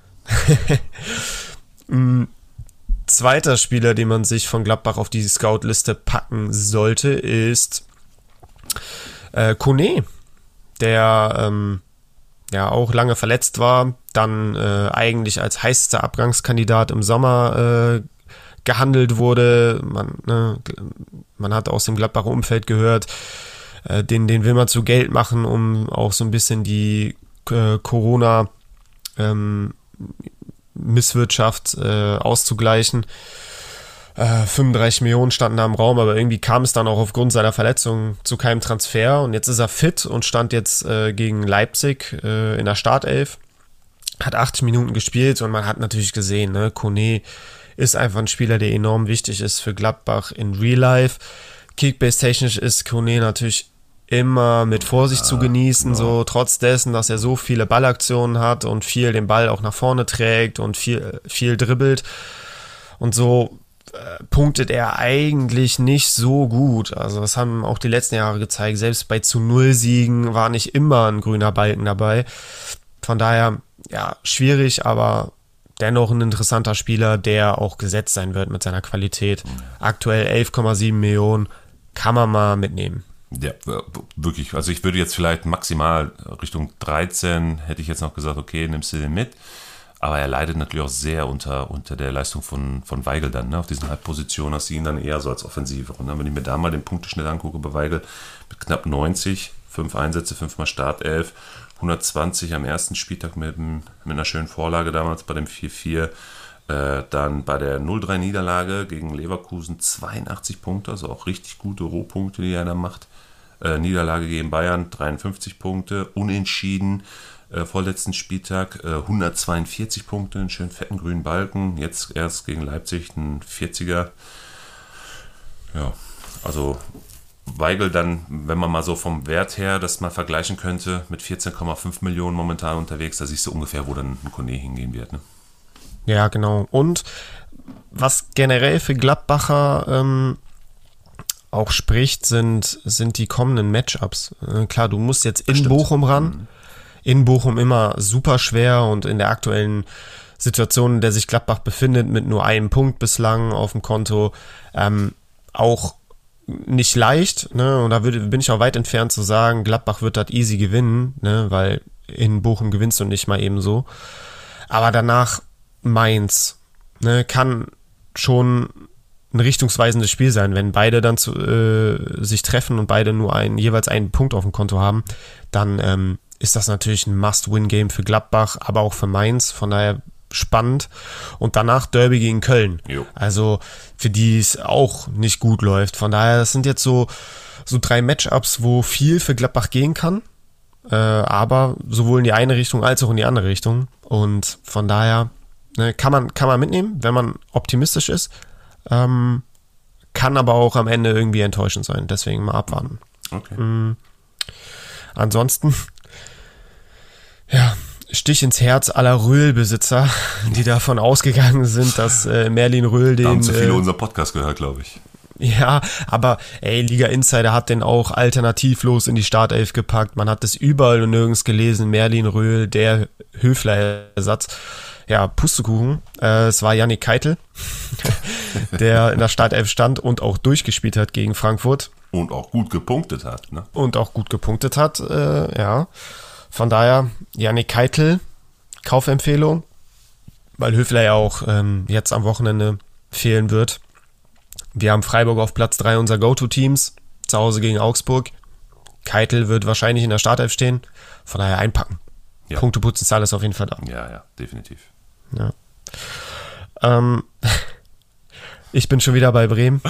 Zweiter Spieler, den man sich von Gladbach auf die Scoutliste packen sollte, ist äh, Kone, der ähm, ja auch lange verletzt war, dann äh, eigentlich als heißester Abgangskandidat im Sommer äh, gehandelt wurde. Man, ne, man hat aus dem Gladbacher Umfeld gehört, äh, den, den will man zu Geld machen, um auch so ein bisschen die äh, Corona ähm, Misswirtschaft äh, auszugleichen. Äh, fünfunddreißig Millionen standen da im Raum, aber irgendwie kam es dann auch aufgrund seiner Verletzung zu keinem Transfer und jetzt ist er fit und stand jetzt äh, gegen Leipzig äh, in der Startelf, hat achtzig Minuten gespielt und man hat natürlich gesehen, ne, Kone ist einfach ein Spieler, der enorm wichtig ist für Gladbach in Real Life. Kickbase-technisch ist Kone natürlich immer mit Vorsicht ja, zu genießen, genau. So trotz dessen, dass er so viele Ballaktionen hat und viel den Ball auch nach vorne trägt und viel, viel dribbelt und so äh, punktet er eigentlich nicht so gut. Also das haben auch die letzten Jahre gezeigt, selbst bei zu null Siegen war nicht immer ein grüner Balken dabei. Von daher, ja, schwierig, aber dennoch ein interessanter Spieler, der auch gesetzt sein wird mit seiner Qualität. Aktuell elf Komma sieben Millionen, kann man mal mitnehmen. Ja, wirklich. Also ich würde jetzt vielleicht maximal Richtung dreizehn, hätte ich jetzt noch gesagt, okay, nimmst du den mit. Aber er leidet natürlich auch sehr unter, unter der Leistung von, von Weigl dann, ne? Auf diesen Halbpositionen hast du ihn dann eher so als Offensive. Und dann, wenn ich mir da mal den Punkteschnitt angucke bei Weigl, mit knapp neunzig, fünf Einsätze, fünfmal Startelf, hundertzwanzig am ersten Spieltag mit, mit einer schönen Vorlage damals bei dem vier vier. Äh, dann bei der null drei Niederlage gegen Leverkusen zweiundachtzig Punkte, also auch richtig gute Rohpunkte, die er da macht. Äh, Niederlage gegen Bayern dreiundfünfzig Punkte, unentschieden, äh, vorletzten Spieltag äh, hundertzweiundvierzig Punkte, einen schönen fetten grünen Balken, jetzt erst gegen Leipzig ein vierziger. Ja, also Weigl dann, wenn man mal so vom Wert her das mal vergleichen könnte, mit vierzehn Komma fünf Millionen momentan unterwegs, da siehst du ungefähr, wo dann ein Kone hingehen wird, ne? Ja, genau. Und was generell für Gladbacher ähm, auch spricht, sind, sind die kommenden Matchups. Äh, klar, du musst jetzt in Stimmt. Bochum ran. Mhm. In Bochum immer super schwer und in der aktuellen Situation, in der sich Gladbach befindet, mit nur einem Punkt bislang auf dem Konto, ähm, auch nicht leicht. Ne? Und da würde, bin ich auch weit entfernt zu sagen, Gladbach wird das easy gewinnen, ne? Weil in Bochum gewinnst du nicht mal eben so. Aber danach Mainz, ne, kann schon ein richtungsweisendes Spiel sein, wenn beide dann zu, äh, sich treffen und beide nur einen, jeweils einen Punkt auf dem Konto haben, dann ähm, ist das natürlich ein Must-Win-Game für Gladbach, aber auch für Mainz, von daher spannend. Und danach Derby gegen Köln, jo. Also für die es auch nicht gut läuft. Von daher, das sind jetzt so, so drei Matchups, wo viel für Gladbach gehen kann, äh, aber sowohl in die eine Richtung als auch in die andere Richtung. Und von daher Kann man, kann man mitnehmen, wenn man optimistisch ist. Ähm, kann aber auch am Ende irgendwie enttäuschend sein. Deswegen mal abwarten. Okay. Mhm. Ansonsten, ja, Stich ins Herz aller Röhl-Besitzer, die davon ausgegangen sind, dass äh, Merlin Röhl den... Da haben zu viele äh, unser Podcast gehört, glaube ich. Ja, aber ey, Liga Insider hat den auch alternativlos in die Startelf gepackt. Man hat es überall und nirgends gelesen. Merlin Röhl, der Höfler-Ersatz. Ja, Pustekuchen. Äh, es war Yannick Keitel, der in der Startelf stand und auch durchgespielt hat gegen Frankfurt. Und auch gut gepunktet hat, ne? Und auch gut gepunktet hat, äh, ja. Von daher, Yannick Keitel, Kaufempfehlung, weil Höfler ja auch ähm, jetzt am Wochenende fehlen wird. Wir haben Freiburg auf Platz drei unserer Go-To-Teams, zu Hause gegen Augsburg. Keitel wird wahrscheinlich in der Startelf stehen, von daher einpacken. Ja. Punktepotenzial ist auf jeden Fall da. Ja, ja, definitiv. Ja. Ähm, ich bin schon wieder bei Bremen.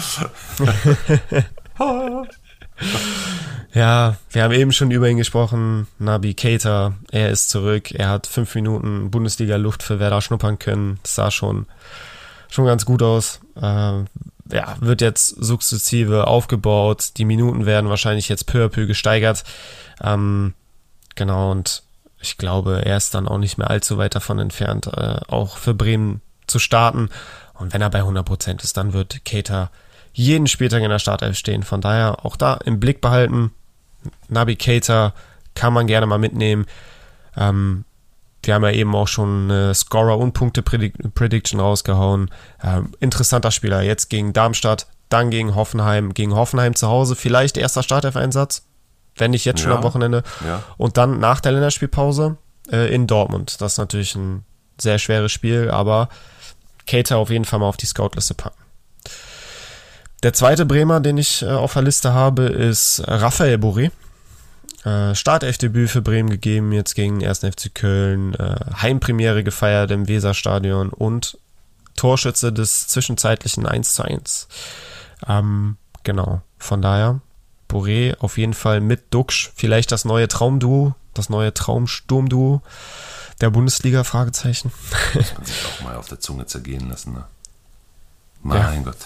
Ja, wir haben eben schon über ihn gesprochen. Naby Keita, er ist zurück. Er hat fünf Minuten Bundesliga-Luft für Werder schnuppern können. Das sah schon, schon ganz gut aus. Äh, ja, wird jetzt sukzessive aufgebaut. Die Minuten werden wahrscheinlich jetzt peu à peu gesteigert. Ähm, genau, und ich glaube, er ist dann auch nicht mehr allzu weit davon entfernt, äh, auch für Bremen zu starten. Und wenn er bei hundert Prozent ist, dann wird Keita jeden Spieltag in der Startelf stehen. Von daher auch da im Blick behalten. Naby Keita kann man gerne mal mitnehmen. Ähm, wir haben ja eben auch schon eine Scorer- und Punkte-Prediction rausgehauen. Ähm, interessanter Spieler. Jetzt gegen Darmstadt, dann gegen Hoffenheim. Gegen Hoffenheim zu Hause vielleicht erster Startelf-Einsatz. Wenn nicht jetzt schon ja, am Wochenende. Ja. Und dann nach der Länderspielpause äh, in Dortmund. Das ist natürlich ein sehr schweres Spiel, aber Keita auf jeden Fall mal auf die Scoutliste packen. Der zweite Bremer, den ich äh, auf der Liste habe, ist Raphael Borré. Äh, Startelfdebüt für Bremen gegeben, jetzt gegen den ersten F C Köln. Äh, Heimpremiere gefeiert im Weserstadion und Torschütze des zwischenzeitlichen eins zu eins. Ähm, genau, von daher Borré auf jeden Fall mit Duxch, vielleicht das neue Traumduo, das neue Traumsturmduo der Bundesliga, Fragezeichen. Das kann sich auch mal auf der Zunge zergehen lassen, ne? Mein ja. Gott.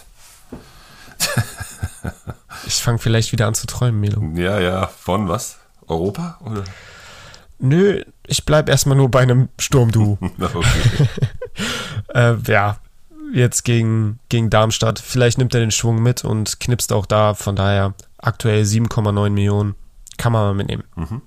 Ich fange vielleicht wieder an zu träumen, Melo. Ja, ja, von was? Europa? Oder? Nö, ich bleib erstmal nur bei einem Sturmduo. Okay. äh, ja, jetzt gegen, gegen Darmstadt. Vielleicht nimmt er den Schwung mit und knipst auch da. Von daher aktuell sieben Komma neun Millionen. Kann man mal mitnehmen. Mhm.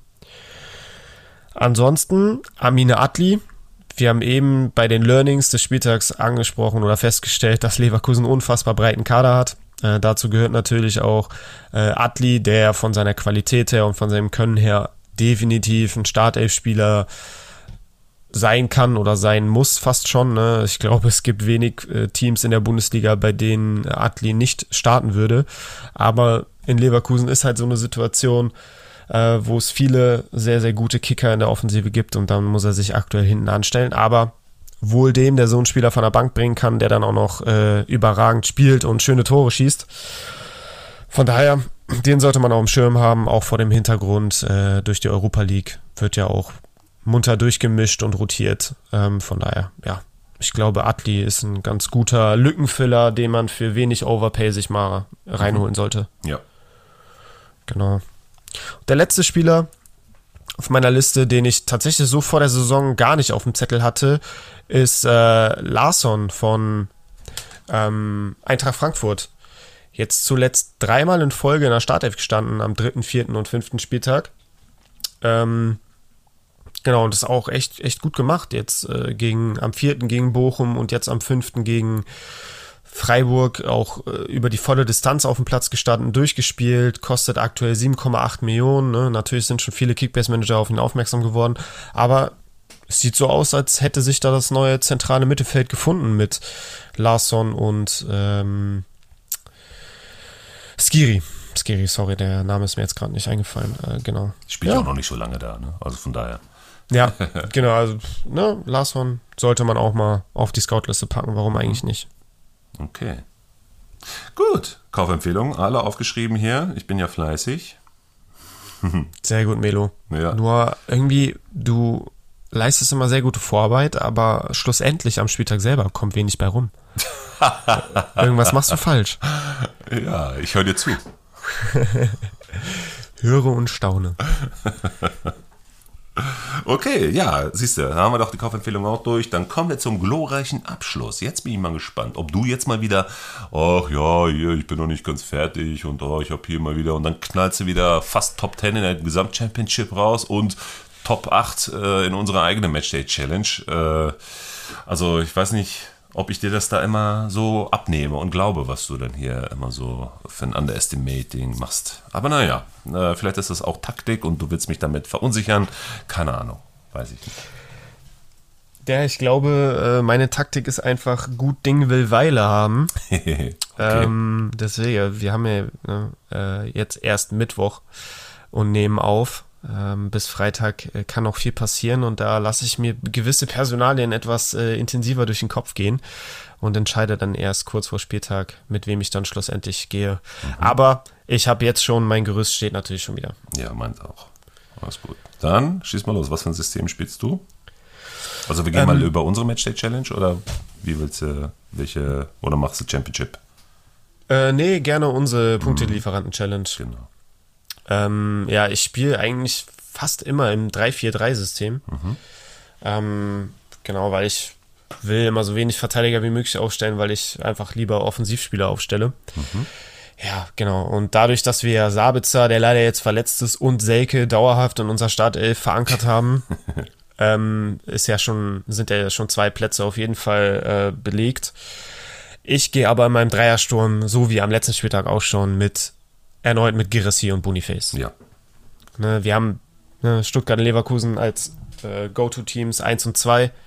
Ansonsten Amine Adli. Wir haben eben bei den Learnings des Spieltags angesprochen oder festgestellt, dass Leverkusen unfassbar breiten Kader hat. Äh, dazu gehört natürlich auch äh, Adli, der von seiner Qualität her und von seinem Können her definitiv ein Startelf-Spieler sein kann oder sein muss fast schon. Ne? Ich glaube, es gibt wenig äh, Teams in der Bundesliga, bei denen Adli nicht starten würde. Aber in Leverkusen ist halt so eine Situation, äh, wo es viele sehr, sehr gute Kicker in der Offensive gibt und dann muss er sich aktuell hinten anstellen. Aber wohl dem, der so einen Spieler von der Bank bringen kann, der dann auch noch äh, überragend spielt und schöne Tore schießt. Von daher, den sollte man auch im Schirm haben, auch vor dem Hintergrund äh, durch die Europa League wird ja auch munter durchgemischt und rotiert. Ähm, von daher, ja, ich glaube, Adli ist ein ganz guter Lückenfüller, den man für wenig Overpay sich mal reinholen sollte. Ja. Genau. Der letzte Spieler auf meiner Liste, den ich tatsächlich so vor der Saison gar nicht auf dem Zettel hatte, ist äh, Larsson von ähm, Eintracht Frankfurt. Jetzt zuletzt dreimal in Folge in der Startelf gestanden, am dritten, vierten und fünften Spieltag. Ähm, genau, und das auch echt, echt gut gemacht. Jetzt äh, gegen, am vierten gegen Bochum und jetzt am fünften gegen Freiburg auch äh, über die volle Distanz auf dem Platz gestanden, durchgespielt, kostet aktuell sieben Komma acht Millionen. Ne? Natürlich sind schon viele Kickbase-Manager auf ihn aufmerksam geworden, aber es sieht so aus, als hätte sich da das neue zentrale Mittelfeld gefunden mit Larsson und ähm, Skiri. Skiri, sorry, der Name ist mir jetzt gerade nicht eingefallen. Äh, genau. Spielt ja auch noch nicht so lange da, ne? Also von daher. Ja, genau, also ne, Larsson sollte man auch mal auf die Scoutliste packen, warum eigentlich nicht? Okay. Gut, Kaufempfehlungen, alle aufgeschrieben hier. Ich bin ja fleißig. Sehr gut, Melo. Ja. Nur irgendwie, du leistest immer sehr gute Vorarbeit, aber schlussendlich am Spieltag selber kommt wenig bei rum. Irgendwas machst du falsch. Ja, ich höre dir zu. Höre und staune. Okay, ja, siehst du, da haben wir doch die Kaufempfehlung auch durch. Dann kommen wir zum glorreichen Abschluss. Jetzt bin ich mal gespannt, ob du jetzt mal wieder, ach ja, hier, ich bin noch nicht ganz fertig und oh, ich habe hier mal wieder, und dann knallst du wieder fast Top zehn in der Gesamtchampionship raus und Top acht äh, in unserer eigenen Matchday-Challenge. Äh, also ich weiß nicht, ob ich dir das da immer so abnehme und glaube, was du dann hier immer so für ein Underestimating machst. Aber naja, äh, vielleicht ist das auch Taktik und du willst mich damit verunsichern. Keine Ahnung, weiß ich nicht. Ja, ich glaube, meine Taktik ist einfach gut Ding will Weile haben. Okay. ähm, deswegen, wir haben ja äh, jetzt erst Mittwoch und nehmen auf. Ähm, bis Freitag äh, kann noch viel passieren und da lasse ich mir gewisse Personalien etwas äh, intensiver durch den Kopf gehen und entscheide dann erst kurz vor Spieltag, mit wem ich dann schlussendlich gehe. Mhm. Aber ich habe jetzt schon, mein Gerüst steht natürlich schon wieder. Ja, meins auch. Alles gut. Dann schieß mal los. Was für ein System spielst du? Also wir gehen ähm, mal über unsere Matchday-Challenge oder wie willst du, welche, oder machst du Championship? Äh, nee, gerne unsere Punktelieferanten-Challenge. Genau. Ähm, ja, ich spiele eigentlich fast immer im drei vier drei System. Mhm. Ähm, genau, weil ich will immer so wenig Verteidiger wie möglich aufstellen, weil ich einfach lieber Offensivspieler aufstelle. Mhm. Ja, genau. Und dadurch, dass wir ja Sabitzer, der leider jetzt verletzt ist, und Selke dauerhaft in unserer Startelf verankert haben, ähm, ist ja schon, sind ja schon zwei Plätze auf jeden Fall äh, belegt. Ich gehe aber in meinem Dreiersturm, so wie am letzten Spieltag auch schon, mit erneut mit Girassi und Boniface. Ja. Ne, wir haben ne, Stuttgart und Leverkusen als äh, Go-To-Teams eins und zwei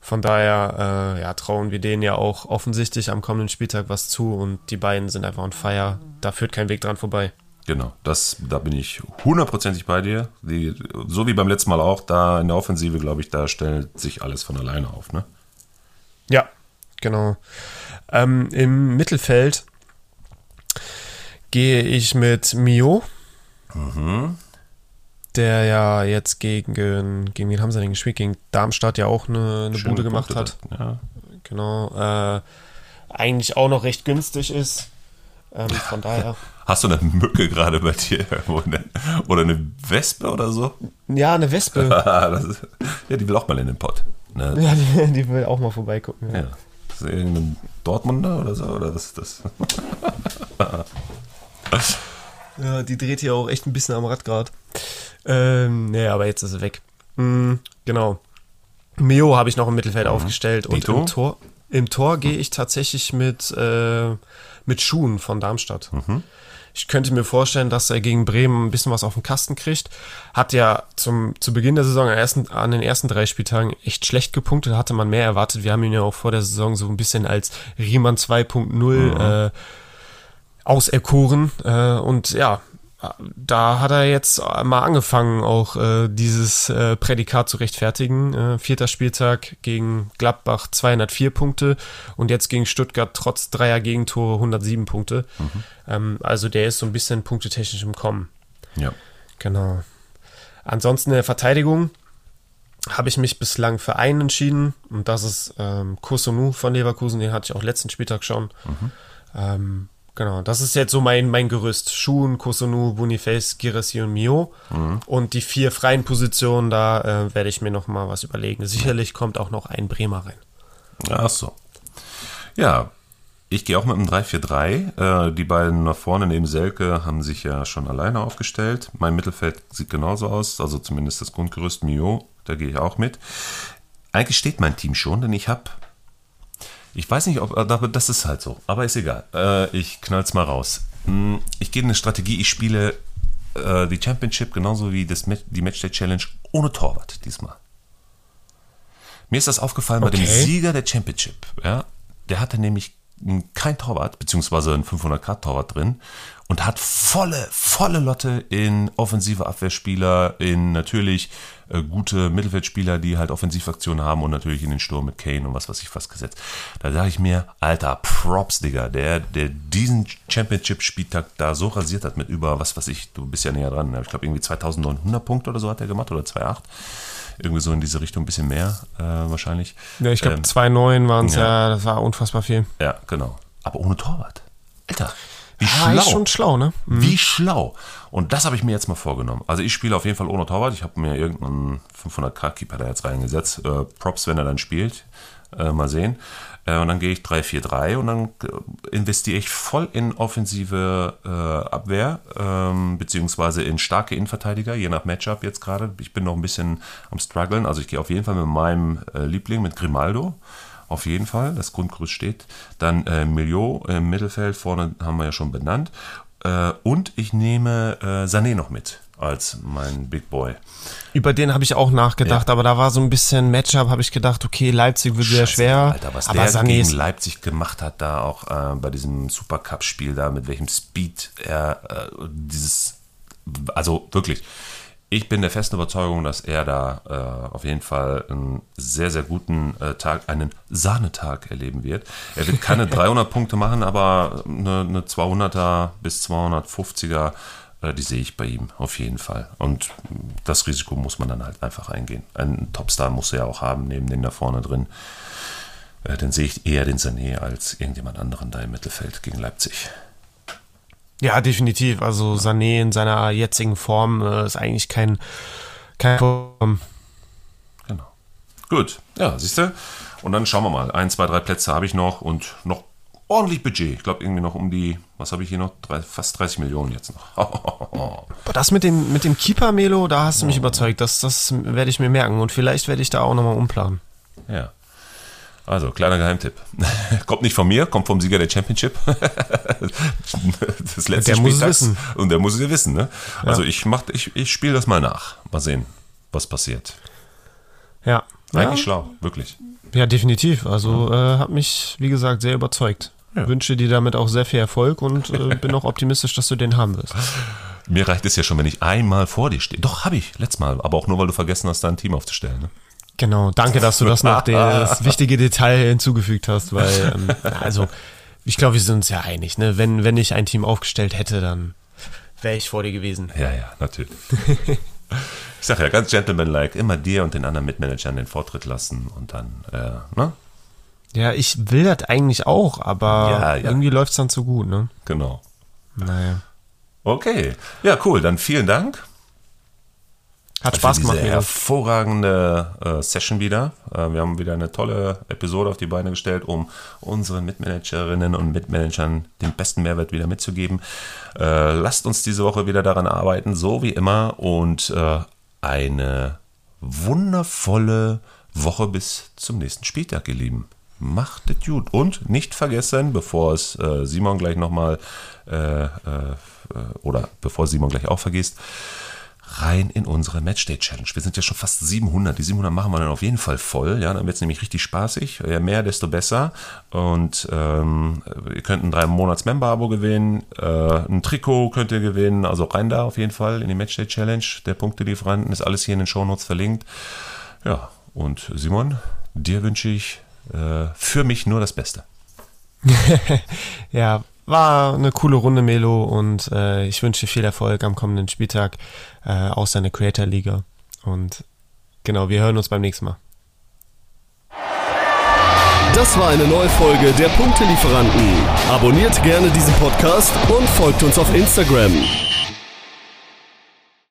Von daher äh, ja, trauen wir denen ja auch offensichtlich am kommenden Spieltag was zu und die beiden sind einfach on fire. Da führt kein Weg dran vorbei. Genau, das, da bin ich hundertprozentig bei dir. Die, so wie beim letzten Mal auch, da in der Offensive, glaube ich, da stellt sich alles von alleine auf, ne? Ja, genau. Ähm, im Mittelfeld gehe ich mit Mio, mhm. der ja jetzt gegen, gegen wen haben sie denn gespielt? Gegen Darmstadt ja auch eine, eine Bude gemacht hat. Ja. Genau. Äh, eigentlich auch noch recht günstig ist. Ähm, von daher. Hast du eine Mücke gerade bei dir? Oder eine Wespe oder so? Ja, eine Wespe. Das ist, ja, die will auch mal in den Pott. Ne? Ja, die, die will auch mal vorbeigucken. Ja. Ja. Ist das irgendein Dortmunder oder so? Oder was ist das? Ja, die dreht hier auch echt ein bisschen am Rad gerade. Ähm, nee, aber jetzt ist sie weg. Mhm, genau. Mio habe ich noch im Mittelfeld mhm. aufgestellt. Und im Tor, im Tor gehe ich tatsächlich mit, äh, mit Schuhen von Darmstadt. Mhm. Ich könnte mir vorstellen, dass er gegen Bremen ein bisschen was auf den Kasten kriegt. Hat ja zum, zu Beginn der Saison an, ersten, an den ersten drei Spieltagen echt schlecht gepunktet. Hatte man mehr erwartet. Wir haben ihn ja auch vor der Saison so ein bisschen als Riemann zwei Punkt null mhm. äh, auserkoren. Äh, und ja, da hat er jetzt mal angefangen, auch äh, dieses äh, Prädikat zu rechtfertigen. Äh, vierter Spieltag gegen Gladbach zweihundertvier Punkte und jetzt gegen Stuttgart trotz dreier Gegentore hundertsieben Punkte. Mhm. Ähm, also der ist so ein bisschen punktetechnisch im Kommen. Ja. Genau. Ansonsten in der Verteidigung habe ich mich bislang für einen entschieden und das ist ähm, Kusunu von Leverkusen, den hatte ich auch letzten Spieltag schon. Mhm. Ähm, Genau, das ist jetzt so mein, mein Gerüst. Schuhen, Kusunu, Boniface, Girassi und Mio. Mhm. Und die vier freien Positionen, da äh, werde ich mir noch mal was überlegen. Sicherlich kommt auch noch ein Bremer rein. Ach so. Ja, ich gehe auch mit einem drei vier drei. Äh, die beiden nach vorne neben Selke haben sich ja schon alleine aufgestellt. Mein Mittelfeld sieht genauso aus, also zumindest das Grundgerüst Mio, da gehe ich auch mit. Eigentlich steht mein Team schon, denn ich habe Ich weiß nicht, ob, aber das ist halt so. Aber ist egal. Äh, ich knall's mal raus. Ich gehe in eine Strategie, ich spiele äh, die Championship genauso wie das, die Matchday Challenge ohne Torwart diesmal. Mir ist das aufgefallen okay. bei dem Sieger der Championship. Ja, der hatte nämlich kein Torwart, beziehungsweise ein fünfhundert Grad Torwart drin und hat volle, volle Lotte in offensive Abwehrspieler, in natürlich äh, gute Mittelfeldspieler, die halt Offensivaktionen haben und natürlich in den Sturm mit Kane und was weiß ich fast gesetzt. Da sage ich mir, Alter, Props, Digga, der, der diesen Championship-Spieltag da so rasiert hat mit über, was weiß ich, du bist ja näher dran, ich glaube irgendwie zweitausendneunhundert Punkte oder so hat er gemacht oder zwei Komma acht. Irgendwie so in diese Richtung, ein bisschen mehr äh, wahrscheinlich. Ja, ich glaube ähm, zwei Komma neun waren es, ja. ja, das war unfassbar viel. Ja, genau. Aber ohne Torwart. Alter, wie ja, schlau. Ist schon schlau, ne? Mhm. Wie schlau. Und das habe ich mir jetzt mal vorgenommen. Also ich spiele auf jeden Fall ohne Torwart. Ich habe mir irgendeinen fünfhundert Grad Keeper da jetzt reingesetzt. Äh, Props, wenn er dann spielt. Äh, mal sehen. Äh, und dann gehe ich drei vier drei und dann investiere ich voll in offensive äh, Abwehr, ähm, beziehungsweise in starke Innenverteidiger, je nach Matchup jetzt gerade. Ich bin noch ein bisschen am struggeln. Also ich gehe auf jeden Fall mit meinem äh, Liebling, mit Grimaldo. Auf jeden Fall, das Grundgerüst steht. Dann äh, Milieu im Mittelfeld, vorne haben wir ja schon benannt. Äh, und ich nehme äh, Sané noch mit als mein Big Boy. Über den habe ich auch nachgedacht, ja. aber da war so ein bisschen Matchup, habe ich gedacht, okay, Leipzig wird sehr schwer. Alter, was aber der Sané gegen Leipzig gemacht hat, da auch äh, bei diesem Supercup-Spiel da, mit welchem Speed er äh, dieses, also wirklich, ich bin der festen Überzeugung, dass er da äh, auf jeden Fall einen sehr, sehr guten äh, Tag, einen Sahnetag erleben wird. Er wird keine dreihundert Punkte machen, aber eine, eine zweihunderter bis zweihundertfünfziger, äh, die sehe ich bei ihm auf jeden Fall. Und das Risiko muss man dann halt einfach eingehen. Einen Topstar muss er ja auch haben, neben dem da vorne drin. Äh, dann sehe ich eher den Sané als irgendjemand anderen da im Mittelfeld gegen Leipzig. Ja, definitiv. Also Sané in seiner jetzigen Form äh, ist eigentlich kein, kein Form. Genau. Gut, ja, siehst du. Und dann schauen wir mal. Ein, zwei, drei Plätze habe ich noch und noch ordentlich Budget. Ich glaube irgendwie noch um die, was habe ich hier noch? Drei, fast dreißig Millionen jetzt noch. Aber das mit dem, mit dem Keeper, Melo, da hast du mich oh. überzeugt. Das, das werde ich mir merken. Und vielleicht werde ich da auch nochmal umplanen. Ja. Also, kleiner Geheimtipp. Kommt nicht von mir, kommt vom Sieger der Championship. Das letzte der muss es wissen. Und der muss es wissen, ne? Ja. Also, ich, mach, ich, ich spiele das mal nach. Mal sehen, was passiert. Ja. Eigentlich Ja. schlau, wirklich. Ja, definitiv. Also äh, hat mich, wie gesagt, sehr überzeugt. Ja. Wünsche dir damit auch sehr viel Erfolg und äh, bin auch optimistisch, dass du den haben wirst. Mir reicht es ja schon, wenn ich einmal vor dir stehe. Doch, habe ich, letztes Mal. Aber auch nur, weil du vergessen hast, dein Team aufzustellen. Ne? Genau, danke, dass du das noch das wichtige Detail hinzugefügt hast, weil, ähm, also, ich glaube, wir sind uns ja einig, ne? Wenn, wenn ich ein Team aufgestellt hätte, dann wäre ich vor dir gewesen. Ja, ja, natürlich. Ich sag ja, ganz gentlemanlike, immer dir und den anderen Mitmanagern den Vortritt lassen und dann, äh, ne? Ja, ich will das eigentlich auch, aber Ja, ja. irgendwie läuft es dann zu gut, ne? Genau. Naja. Okay. Ja, cool. Dann vielen Dank. Hat für Spaß diese gemacht, Milo. hervorragende äh, Session wieder. Äh, wir haben wieder eine tolle Episode auf die Beine gestellt, um unseren Mitmanagerinnen und Mitmanagern den besten Mehrwert wieder mitzugeben. Äh, lasst uns diese Woche wieder daran arbeiten, so wie immer. Und äh, eine wundervolle Woche bis zum nächsten Spieltag, ihr Lieben. Macht es gut. Und nicht vergessen, bevor es äh, Simon gleich nochmal äh, äh, oder bevor Simon gleich auch vergisst, rein in unsere Matchday-Challenge. Wir sind ja schon fast siebenhundert. Die siebenhundert machen wir dann auf jeden Fall voll. Ja, dann wird es nämlich richtig spaßig. Je mehr, desto besser. Und ähm, ihr könnt ein drei Monats Member-Abo gewinnen. Äh, ein Trikot könnt ihr gewinnen. Also rein da auf jeden Fall in die Matchday-Challenge. Der Punktelieferanten ist alles hier in den Shownotes verlinkt. Ja, und Simon, dir wünsche ich äh, für mich nur das Beste. Ja, war eine coole Runde, Melo, und äh, ich wünsche dir viel Erfolg am kommenden Spieltag, äh, außer in der Creator-Liga. Und genau, wir hören uns beim nächsten Mal. Das war eine neue Folge der Punktelieferanten. Abonniert gerne diesen Podcast und folgt uns auf Instagram.